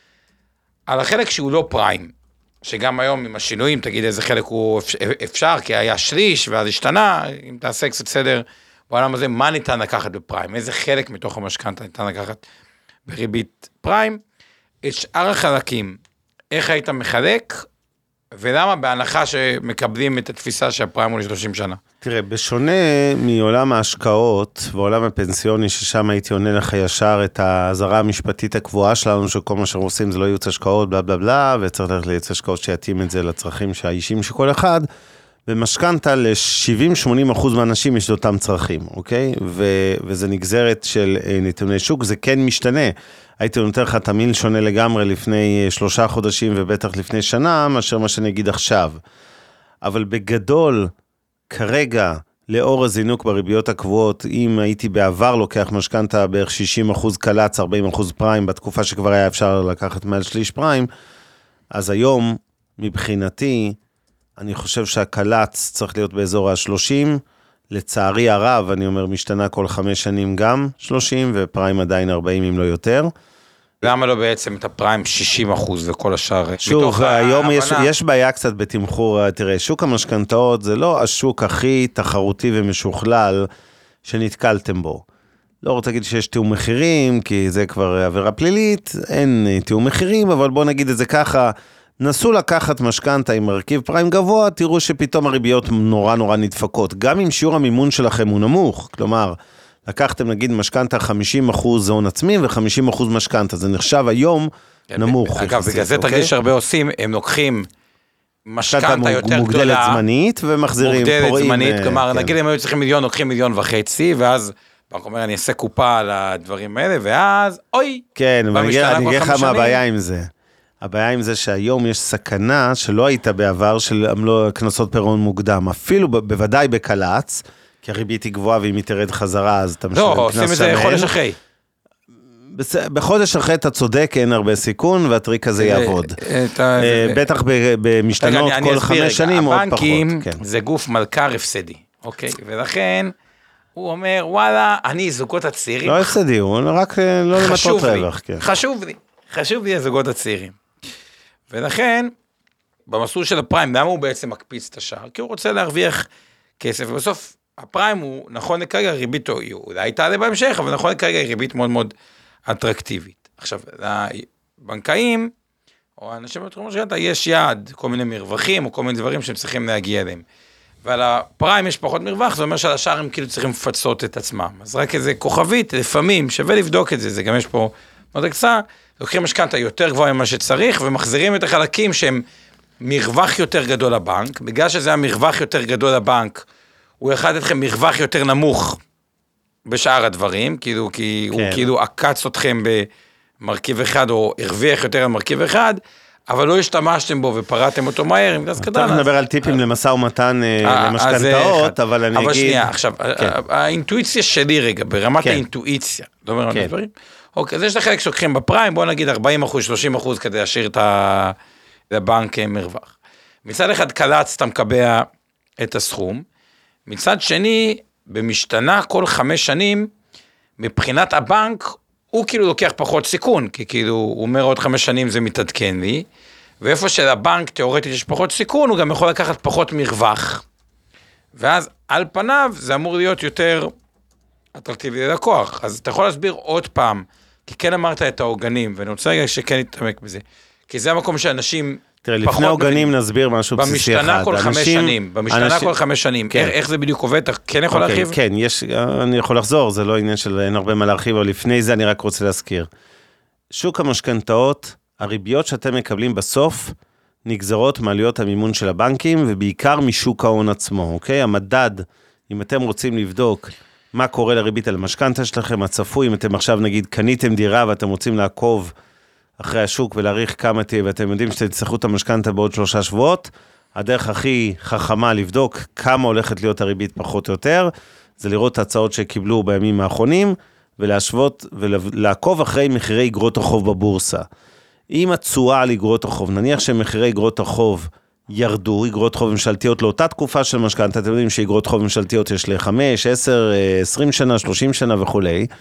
על החלק שהוא לא פריים, שגם היום עם השינויים, תגיד איזה חלק הוא אפשר, כי היה שליש ואז השתנה, אם תעשה קצת סדר, בעולם הזה, מה ניתן לקחת בפריים? איזה חלק מתוך המשכנתה ניתן לקחת בריבית פריים? את שאר החלקים, איך היית מחלק, ולמה בהנחה שמקבלים את התפיסה שהפריים הוא ל-שלושים שנה? תראה, בשונה מעולם ההשקעות, ועולם הפנסיוני, ששם הייתי עונה לך ישר את ההזרה המשפטית הקבועה שלנו, שכל מה שאנחנו עושים זה לא ייעוץ השקעות, בלה בלה בלה, וצריך ללכת לייעוץ השקעות שיתאים את זה לצרכים האישיים של כל אחד, במשכנתה ל-שבעים עד שמונים אחוז מהאנשים יש אותם צרכים, אוקיי? ו- וזה נגזרת של נתוני שוק, זה כן משתנה. הייתי נותן לך תמיל שונה לגמרי לפני שלושה חודשים ובטח לפני שנה, מאשר מה שאני אגיד עכשיו. אבל בגדול, כרגע, לאור הזינוק בריביות הקבועות, אם הייתי בעבר לוקח משכנתה בערך שישים אחוז קלץ, ארבעים אחוז פריים, בתקופה שכבר היה אפשר לקחת מעל שליש פריים, אז היום, מבחינתי, אני חושב שהקלץ צריך להיות באזור ה-שלושים, לצערי הרב, אני אומר, משתנה כל חמש שנים גם שלושים, ופריים עדיין ארבעים אם לא יותר. למה לא בעצם את הפריים שישים אחוז וכל השאר? שוב, היום יש, יש בעיה קצת בתמחור, תראה, שוק המשכנתאות זה לא השוק הכי תחרותי ומשוכלל שנתקלתם בו. לא רוצה להגיד שיש תיאום מחירים, כי זה כבר עבירה פלילית, אין תיאום מחירים, אבל בוא נגיד את זה ככה, נסו לקחת משכנתה עם מרכיב פריים גבוה, תראו שפתאום הריביות נורא נורא נדפקות, גם אם שיעור המימון שלכם הוא נמוך, כלומר, לקחתם נגיד משכנתה חמישים אחוז הון עצמי ו-חמישים אחוז משכנתה, זה נחשב היום נמוך. אגב, בגלל זה תרגיש הרבה עושים, הם לוקחים משכנתה יותר גדולה, מוגדלת זמנית ומחזירים פורעים. מוגדלת זמנית, כלומר, נגיד הם היו צריכים מיליון, לוקחים מיליון וחצי, ואז, בנק אומר, אני אעשה קופה על הדברים האלה, ואז, אוי! כן, אבל אני אגיד לך מה הבעיה עם זה. הבעיה עם זה שהיום יש סכנה שלא הייתה בעבר של כנסות פירעון מוקדם, אפילו בוודאי בקלץ, כי הריבית היא גבוהה ואם היא תרד חזרה, אז אתה משלם קנס שמן. לא, עושים את זה חודש אחרי. בחודש אחרי אתה צודק, אין הרבה סיכון, והטריק הזה יעבוד. בטח במשתנות כל חמש שנים עוד פחות. הבנקים זה גוף מלכ"ר הפסדי, אוקיי? ולכן הוא אומר, וואלה, אני זוגות הצעירים. לא הפסדי, הוא רק לא למטרות רווח. חשוב לי, חשוב לי הזוגות הצעירים. ולכן, במסלול של הפריים, למה הוא בעצם מקפיץ את השער? כי הוא רוצה להרוויח כסף, ובסוף הפריים הוא, נכון לכרגע, ריבית, הוא אולי תעלה בהמשך, אבל נכון לכרגע, ריבית מאוד מאוד אטרקטיבית. עכשיו, לבנקאים, או האנשים בתחום המשכנתא, יש יעד, כל מיני מרווחים, או כל מיני דברים שהם צריכים להגיע אליהם. ועל הפריים יש פחות מרווח, זה אומר שעל השאר הם כאילו צריכים לפצות את עצמם. אז רק איזה כוכבית, לפעמים, שווה לבדוק את זה, זה גם יש פה מאוד קצר, לוקחים משכנתא יותר גבוה ממה שצריך, ומחזירים את החלקים שהם מרווח יותר גדול לבנק, בגלל שזה המרווח יותר גדול לבנק, הוא יחד אתכם מרווח יותר נמוך בשאר הדברים, כאילו, כי כן. הוא כאילו עקץ אתכם במרכיב אחד, או הרוויח יותר על מרכיב אחד, אבל לא השתמשתם בו ופרעתם אותו מהר עם גז קטן. אתה נדבר על טיפים למשא ומתן למשכנתאות, אבל אני אגיד... אבל שנייה, עכשיו, האינטואיציה שלי רגע, ברמת האינטואיציה, לא אומר על דברים, אוקיי, אז יש לחלק שלוקחים בפריים, בוא נגיד ארבעים אחוז, שלושים אחוז כדי להשאיר את הבנק מרווח. מצד אחד קלץ, אתה מקבע את הסכום, מצד שני, במשתנה כל חמש שנים, מבחינת הבנק, הוא כאילו לוקח פחות סיכון, כי כאילו הוא אומר עוד חמש שנים זה מתעדכן לי, ואיפה שלבנק תיאורטית יש פחות סיכון, הוא גם יכול לקחת פחות מרווח, ואז על פניו זה אמור להיות יותר אטרקטיבי ללקוח, אז אתה יכול להסביר עוד פעם, כי כן אמרת את העוגנים, ואני רוצה רגע שכן נתעמק בזה, כי זה המקום שאנשים... תראה, לפני עוגנים נסביר משהו בסיסי אחד. במשתנה כל חמש שנים, במשתנה כל חמש שנים, איך זה בדיוק עובד, אתה כן יכול להרחיב? כן, אני יכול לחזור, זה לא עניין של אין הרבה מה להרחיב, אבל לפני זה אני רק רוצה להזכיר. שוק המשכנתאות, הריביות שאתם מקבלים בסוף, נגזרות מעלויות המימון של הבנקים, ובעיקר משוק ההון עצמו, אוקיי? המדד, אם אתם רוצים לבדוק מה קורה לריבית על המשכנתה שלכם, הצפוי, אם אתם עכשיו נגיד קניתם דירה ואתם רוצים לעקוב אחרי השוק ולהעריך כמה תהיה, ואתם יודעים שתצטרכו את המשכנתה בעוד שלושה שבועות, הדרך הכי חכמה לבדוק כמה הולכת להיות הריבית פחות או יותר, זה לראות את ההצעות שקיבלו בימים האחרונים, ולהשוות ולעקוב אחרי מחירי אגרות החוב בבורסה. אם התשואה על אגרות החוב, נניח שמחירי אגרות החוב ירדו, אגרות חוב ממשלתיות לאותה תקופה של משכנתה, אתם יודעים שאגרות חוב ממשלתיות יש ל-חמש, עשר, עשרים שנה, שלושים שנה וכו'.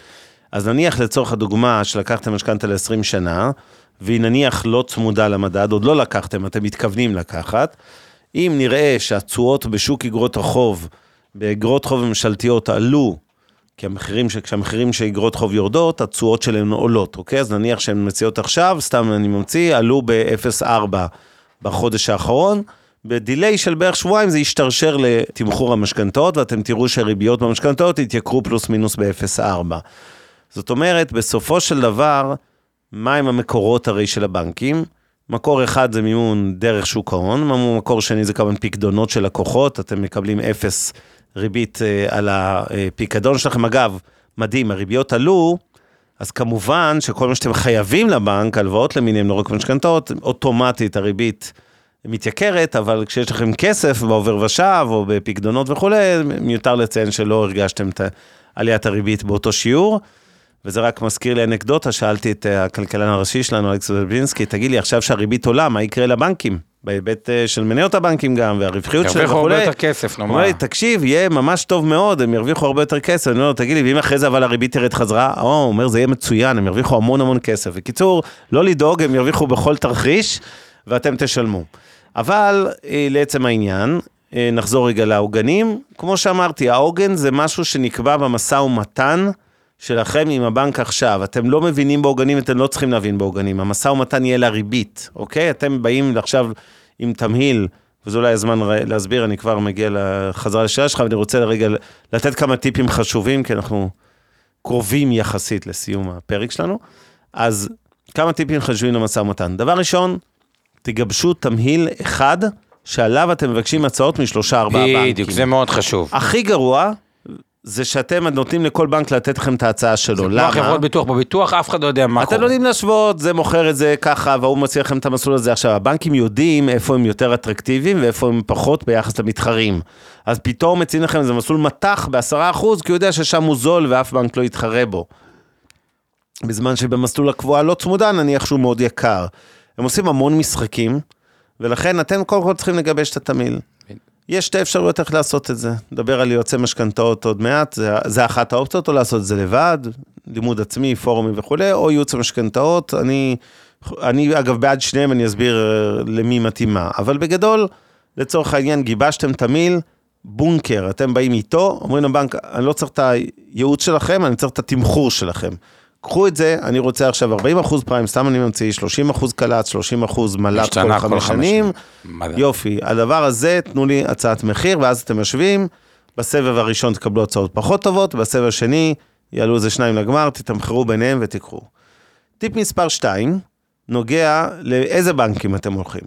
אז נניח לצורך הדוגמה שלקחתם משכנתה ל-עשרים שנה, והיא נניח לא צמודה למדד, עוד לא לקחתם, אתם מתכוונים לקחת, אם נראה שהתשואות בשוק אגרות החוב, באגרות חוב ממשלתיות עלו, כי המחירים, כשהמחירים של אגרות חוב יורדות, התשואות שלהן עולות, אוקיי? אז נניח שהן מציעות עכשיו, סתם אני ממציא, עלו ב-אפס נקודה ארבע בחודש האחרון, בדילי של בערך שבועיים זה ישתרשר לתמחור המשכנתאות, ואתם תראו שהריביות במשכנתאות יתייקרו פלוס מינוס ב-אפס נקודה ארבע. זאת אומרת, בסופו של דבר, מה הם המקורות הרי של הבנקים? מקור אחד זה מימון דרך שוק ההון, מקור שני זה כמובן פיקדונות של לקוחות, אתם מקבלים אפס ריבית על הפיקדון שלכם. אגב, מדהים, הריביות עלו, אז כמובן שכל מה שאתם חייבים לבנק, הלוואות למיניהם, לא רק משכנתאות, אוטומטית הריבית מתייקרת, אבל כשיש לכם כסף בעובר ושב או בפיקדונות וכו', מיותר לציין שלא הרגשתם את עליית הריבית באותו שיעור, וזה רק מזכיר לי אנקדוטה, שאלתי את הכלכלן הראשי שלנו, אלכס זלבינסקי, תגיד לי עכשיו שהריבית עולה, מה יקרה לבנקים? בהיבט של מניות הבנקים גם, והרווחיות שלהם וכו'. ירוויחו הרבה יותר כסף, נאמר. אומר לי, תקשיב, יהיה ממש טוב מאוד, הם ירוויחו הרבה יותר כסף. אני אומר, תגיד לי, ואם אחרי זה אבל הריבית תרד חזרה, או, הוא אומר, זה יהיה מצוין, הם ירוויחו המון המון כסף. בקיצור, לא לדאוג, הם ירוויחו בכל תרחיש, ואתם תשלמו. אבל לעצם העניין, נחזור רגע לעוגנים. כמו שאמרתי, העוגן זה משהו שנקבע במשא ומתן שלכם עם הבנק עכשיו. אתם לא מבינים בעוגנים, אתם לא צריכים להבין בעוגנים. המשא ומתן יהיה לריבית, אוקיי? אתם באים עכשיו עם תמהיל, וזה אולי הזמן להסביר, אני כבר מגיע לחזרה לשאלה שלך, ואני רוצה לרגע לתת כמה טיפים חשובים, כי אנחנו קרובים יחסית לסיום הפרק שלנו. אז כמה טיפים חשובים למשא ומתן. דבר ראשון, תגבשו תמהיל אחד, שעליו אתם מבקשים הצעות משלושה ארבעה בנקים. בדיוק, זה מאוד חשוב. הכי גרוע, זה שאתם נותנים לכל בנק לתת לכם את ההצעה שלו. למה? חברות ביטוח, בביטוח אף אחד לא יודע מה קורה. אתם לא יודעים להשוות, זה מוכר את זה ככה, והוא מציע לכם את המסלול הזה. עכשיו, הבנקים יודעים איפה הם יותר אטרקטיביים, ואיפה הם פחות ביחס למתחרים. אז פתאום מציעים לכם איזה מסלול מתח בעשרה אחוז, כי הוא יודע ששם הוא זול, ואף בנק לא יתחרה בו. בזמן שבמסלול הקבועה לא צמודה, נניח שהוא מאוד יקר. הם עושים המון משחקים, ולכן אתם קודם כל צריכים לגבש את התמיל. יש שתי אפשרויות איך לעשות את זה. נדבר על יועצי משכנתאות עוד מעט, זה, זה אחת האופציות, או לעשות את זה לבד, לימוד עצמי, פורומים וכו', או ייעוץ המשכנתאות. אני, אני אגב בעד שניהם, אני אסביר למי מתאימה. אבל בגדול, לצורך העניין, גיבשתם תמיל, בונקר, אתם באים איתו, אומרים לבנק, אני לא צריך את הייעוץ שלכם, אני צריך את התמחור שלכם. קחו את זה, אני רוצה עכשיו ארבעים אחוז פריים, סתם אני ממציא, שלושים אחוז קלט, שלושים אחוז מלט כל חמש שנים, יופי, הדבר הזה, תנו לי הצעת מחיר, ואז אתם משווים, בסבב הראשון תקבלו הצעות פחות טובות, בסבב השני, יעלו איזה שניים לגמר, תתמחרו ביניהם ותקחו. טיפ מספר שתיים, נוגע לאיזה בנקים אתם הולכים.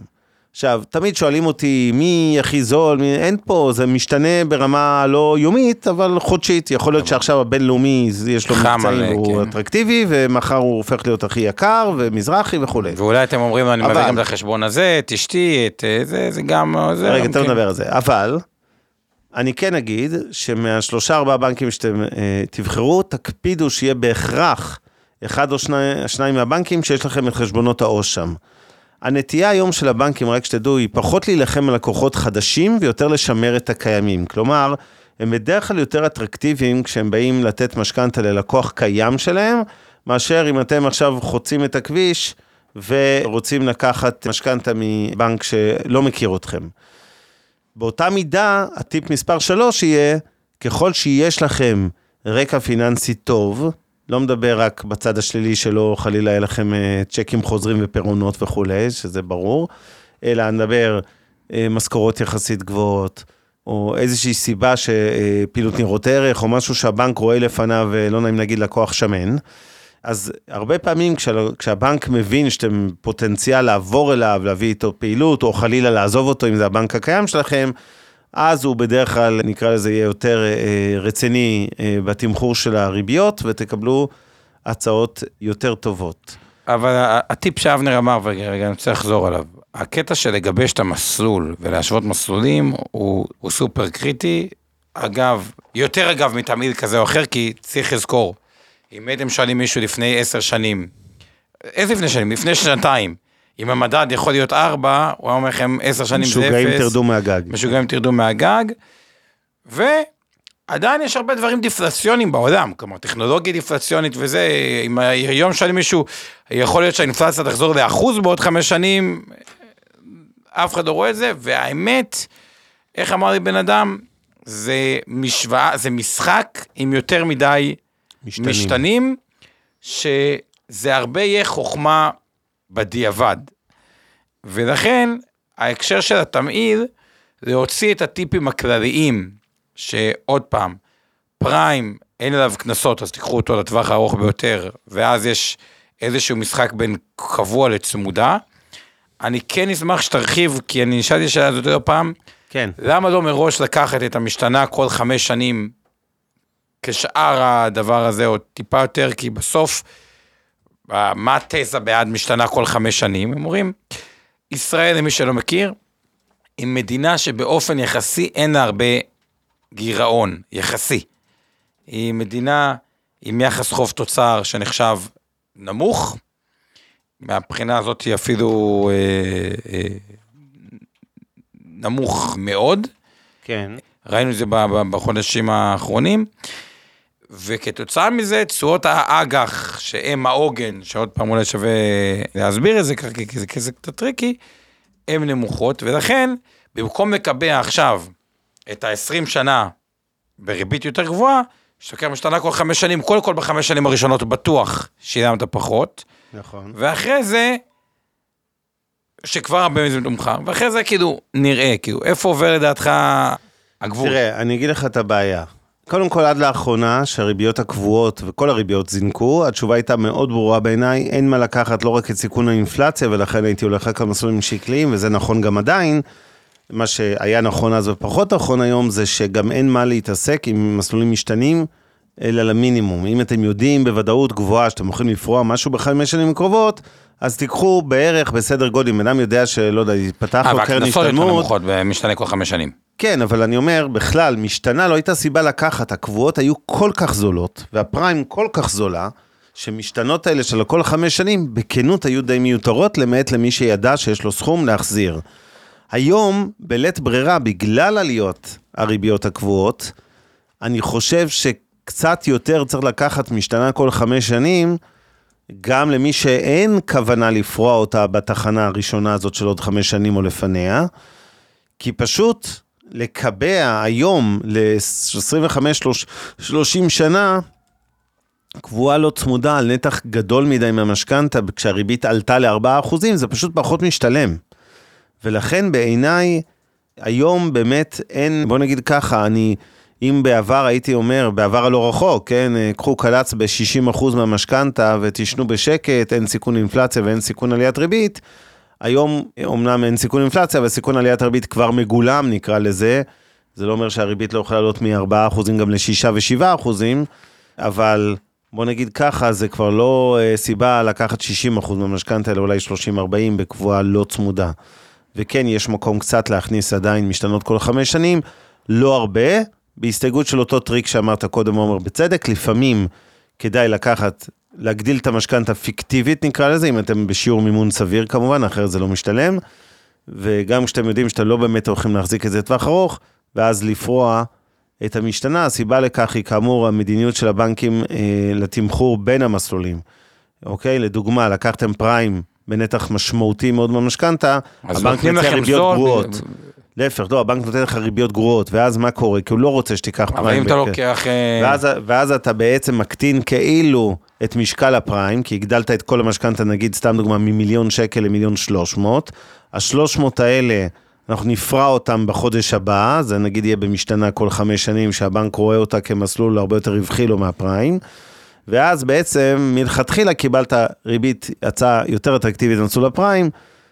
עכשיו, תמיד שואלים אותי, מי הכי זול, מי... אין פה, זה משתנה ברמה לא יומית, אבל חודשית, יכול להיות שעכשיו הבינלאומי, יש לו מבצעים, הוא כן. אטרקטיבי, ומחר הוא הופך להיות הכי יקר, ומזרחי וכו'. ואולי אתם אומרים, אני אבל... מביא גם את החשבון הזה, תשתי, את זה, זה גם... זה רגע, תן כן. לדבר על זה, אבל... אני כן אגיד שמהשלושה ארבעה בנקים שאתם אה, תבחרו, תקפידו שיהיה בהכרח אחד או שני, שניים מהבנקים שיש לכם את חשבונות העו"ש שם. הנטייה היום של הבנקים, רק שתדעו, היא פחות להילחם על לקוחות חדשים ויותר לשמר את הקיימים. כלומר, הם בדרך כלל יותר אטרקטיביים כשהם באים לתת משכנתה ללקוח קיים שלהם, מאשר אם אתם עכשיו חוצים את הכביש ורוצים לקחת משכנתה מבנק שלא מכיר אתכם. באותה מידה, הטיפ מספר שלוש יהיה, ככל שיש לכם רקע פיננסי טוב, לא מדבר רק בצד השלילי שלו, חלילה יהיה לכם צ'קים חוזרים ופירעונות וכו', שזה ברור, אלא נדבר משכורות יחסית גבוהות, או איזושהי סיבה שפעילות ניירות ערך, או משהו שהבנק רואה לפניו, ולא נעים להגיד לקוח שמן, אז הרבה פעמים כשה, כשהבנק מבין שאתם פוטנציאל לעבור אליו, להביא איתו פעילות, או חלילה לעזוב אותו אם זה הבנק הקיים שלכם, אז הוא בדרך כלל, נקרא לזה, יהיה יותר אה, רציני אה, בתמחור של הריביות, ותקבלו הצעות יותר טובות. אבל הטיפ שאבנר אמר, ורגע, אני רוצה לחזור עליו, הקטע של לגבש את המסלול ולהשוות מסלולים, הוא, הוא סופר קריטי, אגב, יותר אגב מתמיד כזה או אחר, כי צריך לזכור, אם הייתם שואלים מישהו לפני עשר שנים, איזה לפני שנים? לפני שנתיים, אם המדד יכול להיות ארבע, הוא אומר לכם עשר שנים זה אפס. משוגעים תרדו מהגג. משוגעים תרדו מהגג, ועדיין יש הרבה דברים דיפלציוניים בעולם, כלומר, טכנולוגיה דיפלציונית וזה, אם היום שואלים מישהו, יכול להיות שהאינפלציה תחזור לאחוז בעוד חמש שנים, אף אחד לא רואה את זה, והאמת, איך אמר לי בן אדם, זה משוואה, זה משחק עם יותר מדי משתנים, משתנים שזה הרבה יהיה חוכמה בדיעבד. ולכן, ההקשר של התמעיל, להוציא את הטיפים הכלליים, שעוד פעם, פריים, אין אליו כנסות, אז תיקחו אותו לטווח הארוך ביותר, ואז יש איזשהו משחק בין קבוע לצמודה. אני כן אשמח שתרחיב, כי אני נשאלתי שאלה הזאת יותר פעם, כן. למה לא מראש לקחת את המשתנה כל חמש שנים, כשאר הדבר הזה, או טיפה יותר, כי בסוף, מה התזה בעד משתנה כל חמש שנים? הם אומרים, ישראל, למי שלא מכיר, היא מדינה שבאופן יחסי אין לה הרבה גירעון, יחסי. היא מדינה עם יחס חוב תוצר שנחשב נמוך, מהבחינה הזאת היא אפילו אה, אה, נמוך מאוד. כן. ראינו את זה בחודשים האחרונים, וכתוצאה מזה, תשואות האג"ח, שהם העוגן, שעוד פעם אולי שווה להסביר את זה, כי זה כזה קצת טריקי, הן נמוכות, ולכן, במקום לקבע עכשיו את ה-עשרים שנה בריבית יותר גבוהה, שתוקע משתנה כל חמש שנים, קודם כל בחמש שנים הראשונות בטוח שילמת פחות, נכון. ואחרי זה, שכבר הרבה מזה מתומחר, ואחרי זה כאילו נראה, כאילו, איפה עובר לדעתך הגבול? תראה, אני אגיד לך את הבעיה. קודם כל, עד לאחרונה, שהריביות הקבועות וכל הריביות זינקו, התשובה הייתה מאוד ברורה בעיניי, אין מה לקחת לא רק את סיכון האינפלציה, ולכן הייתי הולך רק על מסלולים שקליים, וזה נכון גם עדיין. מה שהיה נכון אז ופחות נכון היום, זה שגם אין מה להתעסק עם מסלולים משתנים, אלא למינימום. אם אתם יודעים בוודאות גבוהה, שאתם יכולים לפרוע משהו בחמש שנים קרובות, אז תיקחו בערך בסדר גודל, אם אדם יודע שלא יודע, יפתח לו קרן השתלמות. אבל הכנסות נמוכות במשתנה כל חמש שנים. כן, אבל אני אומר, בכלל, משתנה לא הייתה סיבה לקחת, הקבועות היו כל כך זולות, והפריים כל כך זולה, שמשתנות האלה של כל חמש שנים, בכנות היו די מיותרות, למעט למי שידע שיש לו סכום להחזיר. היום, בלית ברירה, בגלל עליות הריביות הקבועות, אני חושב שקצת יותר צריך לקחת משתנה כל חמש שנים, גם למי שאין כוונה לפרוע אותה בתחנה הראשונה הזאת של עוד חמש שנים או לפניה, כי פשוט לקבע היום ל-עשרים וחמש שלושים שנה, קבועה לא צמודה על נתח גדול מדי מהמשכנתה, כשהריבית עלתה ל-ארבעה אחוזים, זה פשוט פחות משתלם. ולכן בעיניי, היום באמת אין, בוא נגיד ככה, אני, אם בעבר הייתי אומר, בעבר הלא רחוק, כן, קחו קלץ ב-שישים אחוז מהמשכנתה ותשנו בשקט, אין סיכון אינפלציה ואין סיכון עליית ריבית, היום אומנם אין סיכון אינפלציה, אבל סיכון עליית הריבית כבר מגולם, נקרא לזה. זה לא אומר שהריבית לא יכולה לעלות מ-ארבעה אחוזים גם ל-שישה ושבעה אחוזים, אבל בוא נגיד ככה, זה כבר לא סיבה לקחת שישים אחוז מהמשכנתא, אלא אולי שלושים ארבעים בקבועה לא צמודה. וכן, יש מקום קצת להכניס עדיין משתנות כל חמש שנים, לא הרבה, בהסתייגות של אותו טריק שאמרת קודם, עומר בצדק, לפעמים כדאי לקחת, להגדיל את המשכנתא פיקטיבית, נקרא לזה, אם אתם בשיעור מימון סביר כמובן, אחרת זה לא משתלם, וגם כשאתם יודעים שאתם לא באמת הולכים להחזיק את זה לטווח ארוך, ואז לפרוע את המשתנה, הסיבה לכך היא כאמור המדיניות של הבנקים אה, לתמחור בין המסלולים. אוקיי? לדוגמה, לקחתם פריים בנתח משמעותי מאוד במשכנתא, הבנק נותן ריביות גרועות. להפך, לא, הבנק נותן לך ריביות גרועות, ואז מה קורה? כי הוא לא רוצה שתיקח פריים. אבל אם אתה לוקח... ואז, ואז אתה בעצם מקטין כאילו את משקל הפריים, כי הגדלת את כל המשכנתא, נגיד, סתם דוגמה, ממיליון שקל למיליון שלוש מאות, השלוש מאות האלה, אנחנו נפרע אותם בחודש הבא, זה נגיד יהיה במשתנה כל חמש שנים, שהבנק רואה אותה כמסלול הרבה יותר רווחי לו מהפריים, ואז בעצם מלכתחילה קיבלת ריבית, הצעה יותר אטרקטיבית למסלול הפריים,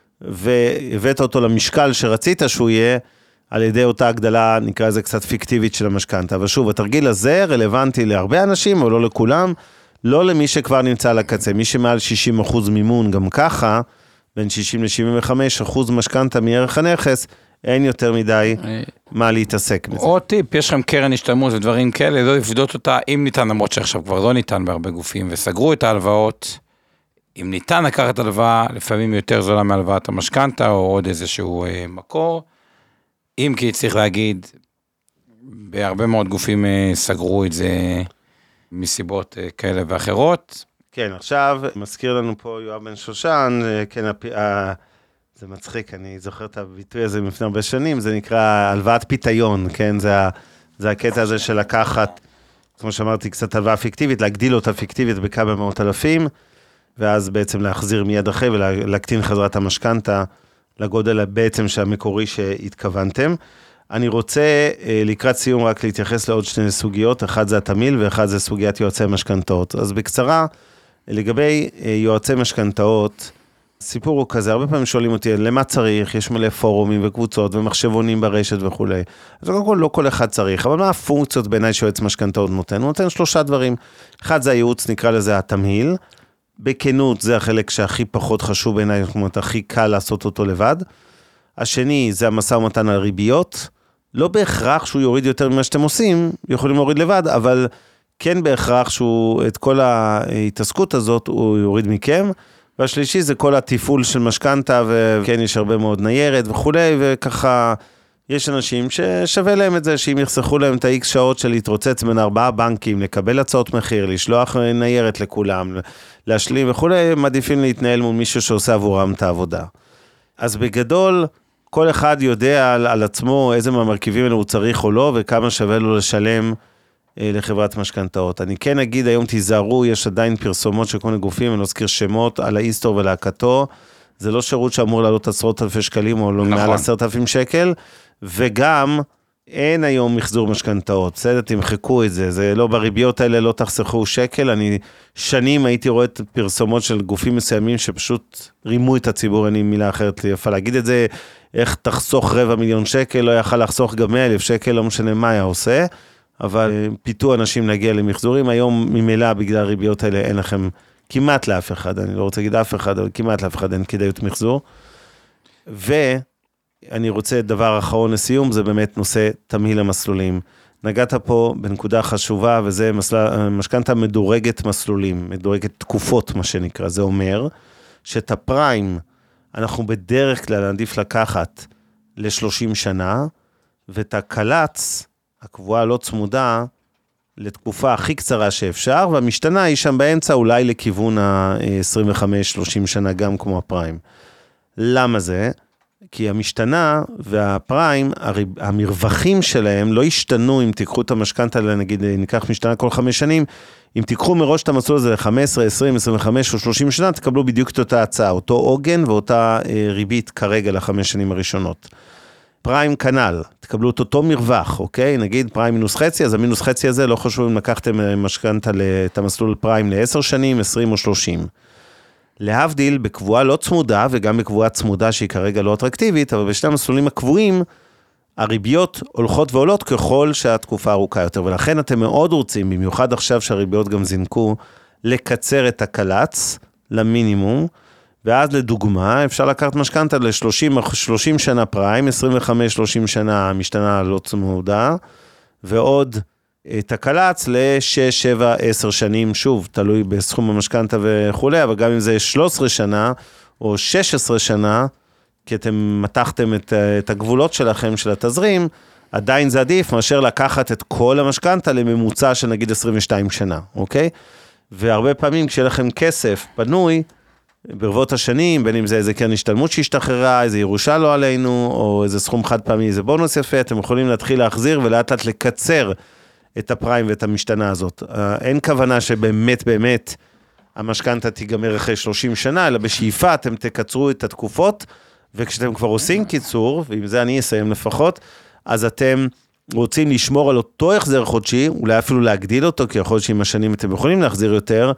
והבאת אותו למשקל שרצית שהוא יהיה, על ידי אותה הגדלה, נקרא לזה קצת פיקטיבית של המשכנתא. אבל שוב, התרגיל הזה רלוונטי להרבה אנשים, או לא לכולם, לא למי שכבר נמצא על הקצה, מי שמעל שישים אחוז מימון, גם ככה, בין שישים ל-שבעים וחמישה אחוז משכנתא מערך הנכס, אין יותר מדי מה להתעסק בזה. עוד טיפ, יש לכם קרן השתלמות ודברים כאלה, לא לפדות אותה, אם ניתן, למרות שעכשיו כבר לא ניתן בהרבה גופים, וסגרו את ההלוואות, אם ניתן לקחת הלוואה, לפעמים יותר זולה מהלוואת המשכנתא, או עוד איזשהו אה, מקור, אם כי צריך להגיד, בהרבה מאוד גופים אה, סגרו את זה מסיבות אה, כאלה ואחרות. כן, עכשיו מזכיר לנו פה יואב בן שושן, כן, הפ... ה... זה מצחיק, אני זוכר את הביטוי הזה מלפני הרבה שנים, זה נקרא הלוואת פיתיון, כן, זה, ה... זה הקטע הזה של לקחת, כמו שאמרתי, קצת הלוואה פיקטיבית, להגדיל אותה פיקטיבית בכמה מאות אלפים, ואז בעצם להחזיר מיד אחרי ולהקטין חזרת המשכנתא לגודל בעצם שהמקורי שהתכוונתם. אני רוצה לקראת סיום רק להתייחס לעוד שני סוגיות, אחד זה התמיל ואחד זה סוגיית יועצי משכנתאות. אז בקצרה, לגבי יועצי משכנתאות, סיפור הוא כזה, הרבה פעמים שואלים אותי, למה צריך? יש מלא פורומים וקבוצות ומחשבונים ברשת וכו'. אז קודם כל לא כל אחד צריך, אבל מה הפונקציות בעיניי שיועץ משכנתאות נותן? הוא נותן שלושה דברים. אחד זה הייעוץ, נקרא לזה התמהיל. בכנות זה החלק שהכי פחות חשוב בעיניי, זאת אומרת, הכי קל לעשות אותו לבד. השני זה המשא ומתן על ריביות. לא בהכרח שהוא יוריד יותר ממה שאתם עושים, יכולים להוריד לבד, אבל כן בהכרח שהוא, את כל ההתעסקות הזאת הוא יוריד מכם. והשלישי זה כל התפעול של משכנתא, וכן יש הרבה מאוד ניירת וכו', וככה יש אנשים ששווה להם את זה, שאם יחסכו להם את ה-X שעות של להתרוצץ בין ארבעה בנקים, לקבל הצעות מחיר, לשלוח ניירת לכולם, להשלים וכו', מעדיפים להתנהל מול מישהו שעושה עבורם את העבודה. אז בגדול, כל אחד יודע על, על עצמו איזה מהמרכיבים האלה הוא צריך או לא, וכמה שווה לו לשלם אה, לחברת משכנתאות. אני כן אגיד, היום תיזהרו, יש עדיין פרסומות של כל מיני גופים, אני לא אזכיר שמות, על האיסטור ולהקתו, זה לא שירות שאמור לעלות עשרות אלפי שקלים, או נכון. מעל עשרת אלפים שקל, וגם אין היום מחזור משכנתאות, בסדר, תמחקו את זה, זה לא בריביות האלה, לא תחסכו שקל, אני שנים הייתי רואה את פרסומות של גופים מסוימים שפשוט רימו את הציבור, אין לי מילה אחרת יפה להגיד את זה, איך תחסוך רבע מיליון שקל, לא יכל לחסוך גם מאה אלף שקל, לא משנה מה היה עושה, אבל פיתו אנשים להגיע למחזורים, היום ממילא בגלל הריביות האלה אין לכם כמעט לאף אחד, אני לא רוצה להגיד אף אחד, אבל כמעט לאף אחד אין כדאיות מחזור, ו... אני רוצה דבר אחרון לסיום, זה באמת נושא תמהיל המסלולים. נגעת פה בנקודה חשובה, וזה מסל... משכנתא מדורגת מסלולים, מדורגת תקופות, מה שנקרא. זה אומר שאת הפריים אנחנו בדרך כלל עדיף לקחת ל-שלושים שנה, ואת הקלץ, הקבועה לא צמודה, לתקופה הכי קצרה שאפשר, והמשתנה היא שם באמצע אולי לכיוון ה-עשרים וחמש שלושים שנה, גם כמו הפריים. למה זה? כי המשתנה והפריים, המרווחים שלהם לא השתנו אם תיקחו את המשכנתא, נגיד ניקח משתנה כל חמש שנים, אם תיקחו מראש את המסלול הזה ל-חמש עשרה, עשרים, עשרים וחמש או שלושים שנה, תקבלו בדיוק את אותה הצעה, אותו עוגן ואותה ריבית כרגע לחמש שנים הראשונות. פריים כנל, תקבלו את אותו מרווח, אוקיי? נגיד פריים מינוס חצי, אז המינוס חצי הזה לא חשוב אם לקחתם משכנתא את המסלול פריים ל-עשר שנים, עשרים או שלושים. להבדיל בקבועה לא צמודה, וגם בקבועה צמודה שהיא כרגע לא אטרקטיבית, אבל בשני המסלולים הקבועים, הריביות הולכות ועולות ככל שהתקופה ארוכה יותר, ולכן אתם מאוד רוצים, במיוחד עכשיו שהריביות גם זינקו, לקצר את הקלץ למינימום, ואז לדוגמה, אפשר לקחת משכנתא ל-שלושים שנה פריים, עשרים וחמש שלושים שנה משתנה לא צמודה, ועוד את הקלץ ל-שש, שבע, עשר שנים, שוב, תלוי בסכום המשכנתא וכו', אבל גם אם זה שלוש עשרה שנה, או שש עשרה שנה, כי אתם מתחתם את, את הגבולות שלכם, של התזרים, עדיין זה עדיף, מאשר לקחת את כל המשכנתא לממוצע של נגיד עשרים ושתיים שנה, אוקיי? והרבה פעמים כשיהיה לכם כסף פנוי, ברבות השנים, בין אם זה איזה קרן השתלמות שהשתחררה, איזה ירושה לא עלינו, או איזה סכום חד פעמי, איזה בונוס יפה, אתם יכולים להתחיל להחזיר ולאט לאט לקצר את הפריים ואת המשתנה הזאת. אין כוונה שבאמת באמת המשכנתא תיגמר אחרי שלושים שנה, אלא בשאיפה אתם תקצרו את התקופות, וכשאתם כבר עושים קיצור, ועם זה אני אסיים לפחות, אז אתם רוצים לשמור על אותו החזר חודשי, אולי אפילו להגדיל אותו, כי יכול להיות שעם השנים אתם יכולים להחזיר יותר,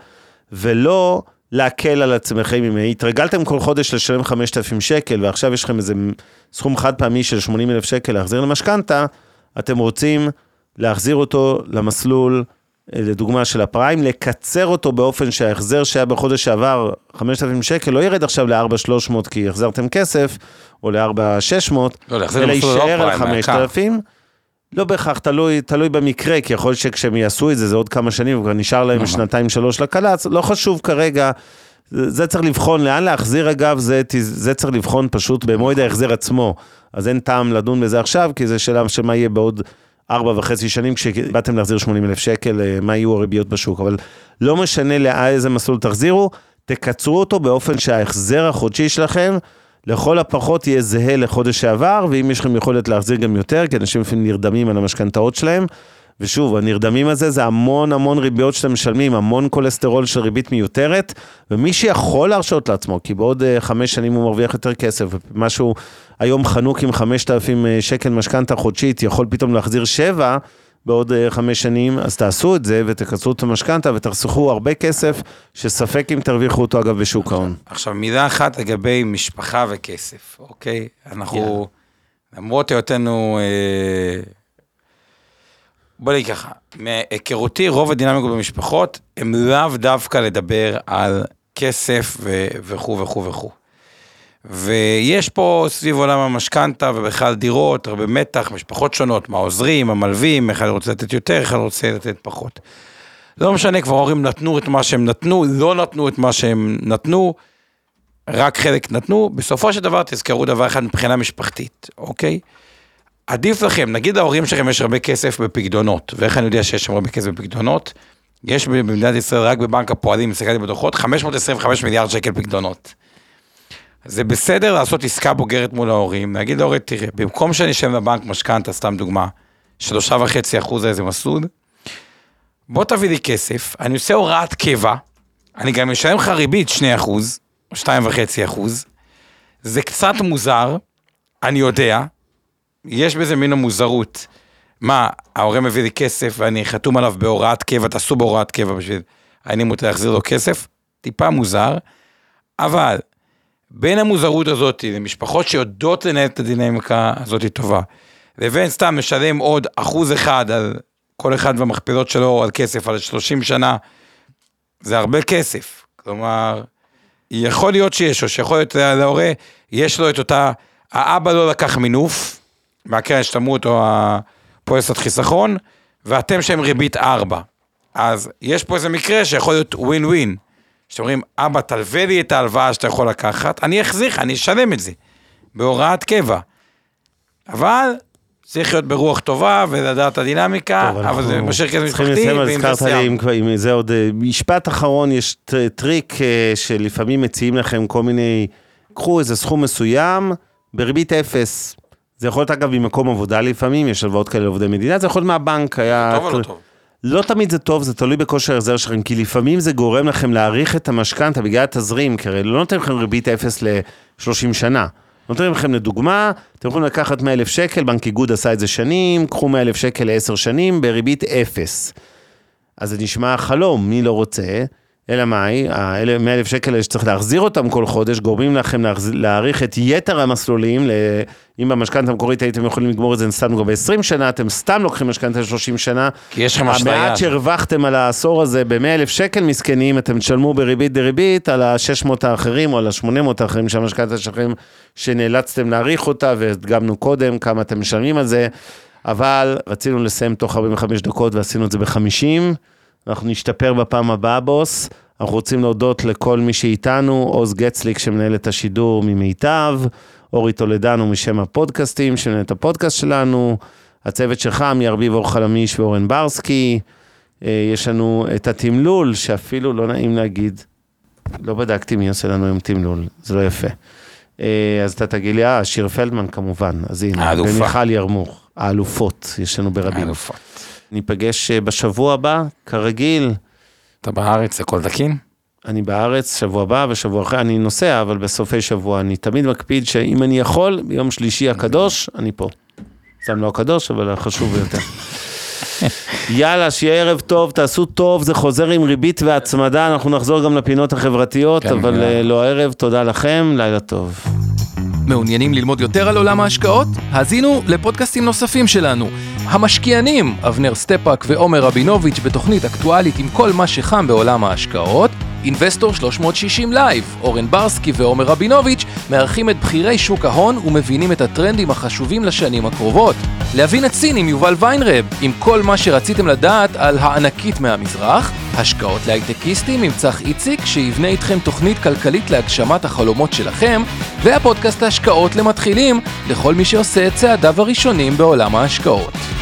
ולא להקל על עצמכם. אם התרגלתם כל חודש לשלם חמשת אלפים שקל, ועכשיו יש לכם איזה סכום חד פעמי של שמונים אלף שקל להחזיר למשכנתא, אתם רוצים להחזיר אותו למסלול, לדוגמה של הפריים, לקצר אותו באופן שההחזר שהיה בחודש שעבר חמשת אלפים שקל, לא ירד עכשיו ל-ארבע אלף שלוש מאות כי החזרתם כסף, או ל-ארבע אלף שש מאות, לא, אלא יישאר על חמשת אלפים, לא בהכרח, תלוי, תלוי במקרה, כי יכול להיות שכשהם יעשו את זה, זה עוד כמה שנים, וכבר נשאר להם שנתיים שלוש לקלץ, לא חשוב כרגע, זה צריך לבחון, לאן להחזיר אגב, זה, זה צריך לבחון פשוט במועד ההחזר עצמו, אז אין טעם לדון בזה עכשיו, כי זה שאלה שמה יהיה בעוד ארבע וחצי שנים, כשבאתם להחזיר שמונים אלף שקל, מה יהיו הריביות בשוק, אבל לא משנה לאיזה מסלול תחזירו, תקצרו אותו באופן שההחזר החודשי שלכם, לכל הפחות יהיה זהה לחודש שעבר, ואם יש לכם יכולת להחזיר גם יותר, כי אנשים לפעמים נרדמים על המשכנתאות שלהם, ושוב, הנרדמים הזה זה המון המון ריביות שאתם משלמים, המון קולסטרול של ריבית מיותרת, ומי שיכול להרשות לעצמו, כי בעוד חמש שנים הוא מרוויח יותר כסף, ומשהו היום חנוק עם חמשת אלפים שקל משכנתא חודשית, יכול פתאום להחזיר שבע, בעוד חמש שנים, אז תעשו את זה, ותקצרו את המשכנתא, ותחסכו הרבה כסף, שספק אם תרוויחו אותו אגב בשוק ההון. עכשיו, מילה אחת לגבי משפחה וכסף, אוקיי? אנחנו, למרות היותנו, בוא נגיד ככה, מהיכרותי, רוב הדינמיקות במשפחות, הם לאו דווקא לדבר על כסף וכו' וכו' וכו'. ויש פה סביב עולם המשכנתא ובכלל דירות, הרבה מתח, משפחות שונות, מה עוזרים, המלווים, אחד רוצה לתת יותר, אחד רוצה לתת פחות. לא משנה, כבר ההורים נתנו את מה שהם נתנו, לא נתנו את מה שהם נתנו, רק חלק נתנו, בסופו של דבר תזכרו דבר אחד מבחינה משפחתית, אוקיי? עדיף לכם, נגיד להורים שלכם יש הרבה כסף בפקדונות, ואיך אני יודע שיש הרבה כסף בפקדונות? יש במדינת ישראל רק בבנק הפועלים, מסתכלתי בדוחות, חמש מאות עשרים וחמישה מיליארד שקל פקדונות. זה בסדר לעשות עסקה בוגרת מול ההורים, להגיד להורים, תראה, במקום שאני אשלם לבנק משכנתא, סתם דוגמה, שלושה וחצי אחוז איזה מסלול, בוא תביא לי כסף, אני עושה הוראת קבע, אני גם אשלם לך ריבית שני אחוז, או שתיים וחצי אחוז, זה קצת מוזר, אני יודע, יש בזה מין המוזרות, מה, ההורה מביא לי כסף, ואני חתום עליו בהוראת קבע, תעשו בהוראת קבע בשביל, אני מותר להחזיר לו כסף, טיפה מוזר, אבל, בין המוזרות הזאת, למשפחות שיודעות לנהל את הדינמיקה הזאת טובה, לבין סתם משלם עוד אחוז אחד על כל אחד והמכפלות שלו על כסף, על שלושים שנה, זה הרבה כסף. כלומר, יכול להיות שיש, או שיכול להיות להורה, יש לו את אותה, האבא לא לקח מינוף, מהקרן השתלמות או הפוליסת חיסכון, ואתם שהם ריבית ארבע. אז יש פה איזה מקרה שיכול להיות ווין ווין, שאתם אומרים, אבא, תלווה לי את ההלוואה שאתה יכול לקחת, אני אחזיר, אני אשלם את זה, בהוראת קבע. אבל צריך להיות ברוח טובה, ולדעת את הדינמיקה, טוב, אבל זה משאיר כזה משפחתי, ועם זה סיים. עם זה עוד משפט אחרון, יש טריק שלפעמים מציעים לכם כל מיני, קחו איזה סכום מסוים, בריבית אפס. זה יכול להיות אגב במקום עבודה לפעמים, יש הלוואות כאלה לעובדי מדינה, זה יכול להיות מהבנק. היה... טוב או לא טוב? לא תמיד זה טוב, זה תלוי בכושר ההחזר שלכם, כי לפעמים זה גורם לכם להאריך את המשכנתא בגלל התזרים, כי הרי לא נותן לכם ריבית אפס ל-שלושים שנה. נותן לכם לדוגמה, אתם יכולים לקחת מאה אלף שקל, בנק איגוד עשה את זה שנים, קחו מאה אלף שקל ל-עשר שנים, בריבית אפס. אז זה נשמע חלום, מי לא רוצה? אלא מאי, ה-מאה אלף שקל האלה שצריך להחזיר אותם כל חודש, גורמים לכם להאריך את יתר המסלולים, אם במשכנתא המקורית הייתם יכולים לגמור את זה, סתם כבר ב-עשרים שנה, אתם סתם לוקחים משכנתא שלושים שנה, כי יש לכם אשליה. המעט שהרווחתם על העשור הזה ב-מאה אלף שקל מסכנים, אתם תשלמו בריבית דריבית על ה-שש מאות האחרים, או על ה-שמונה מאות האחרים שהמשכנתא שלכם, שנאלצתם להאריך אותה, והדגמנו קודם כמה אתם משלמים על זה, אבל רצינו לסיים תוך ארבעים וחמש דקות, ועשינו את זה ב-חמישים, אנחנו נשתפר בפעם הבאה, בוס. אנחנו רוצים להודות לכל מי שאיתנו, עוז גצליק שמנהל את השידור ממיטב, אורי תולדנו משם הפודקאסטים שמנהל את הפודקאסט שלנו, הצוות שלך, מירביב אור חלמיש ואורן ברסקי, יש לנו את התמלול, שאפילו לא נעים להגיד, לא בדקתי מי עושה לנו עם תמלול, זה לא יפה. אז אתה תגיד לי, אה, שיר פלדמן כמובן, אז הנה, ומיכל ירמוך, האלופות, יש לנו ברבים. האלופות. ניפגש בשבוע הבא, כרגיל. אתה בארץ, הכל תקין? אני בארץ, שבוע הבא ושבוע אחרי, אני נוסע, אבל בסופי שבוע אני תמיד מקפיד שאם אני יכול, ביום שלישי הקדוש, אני פה. סתם לא הקדוש, אבל החשוב ביותר. יאללה, שיהיה ערב טוב, תעשו טוב, זה חוזר עם ריבית והצמדה, אנחנו נחזור גם לפינות החברתיות, אבל לא הערב, תודה לכם, לילה טוב. מעוניינים ללמוד יותר על עולם ההשקעות? האזינו לפודקאסטים נוספים שלנו. המשקיענים, אבנר סטפאק ועומר רבינוביץ' בתוכנית אקטואלית עם כל מה שחם בעולם ההשקעות. אינבסטור שלוש מאות שישים לייב, אורן ברסקי ועומר רבינוביץ' מארחים את בחירי שוק ההון ומבינים את הטרנדים החשובים לשנים הקרובות. להבין את סין עם יובל ויינרב, עם כל מה שרציתם לדעת על הענקית מהמזרח. השקעות להייטקיסטים עם צח איציק שיבנה איתכם תוכנית כלכלית להגשמת החלומות שלכם, והפודקאסט ההשקעות למתחילים לכל מי שעושה את צעדיו הראשונים בעולם ההשקעות.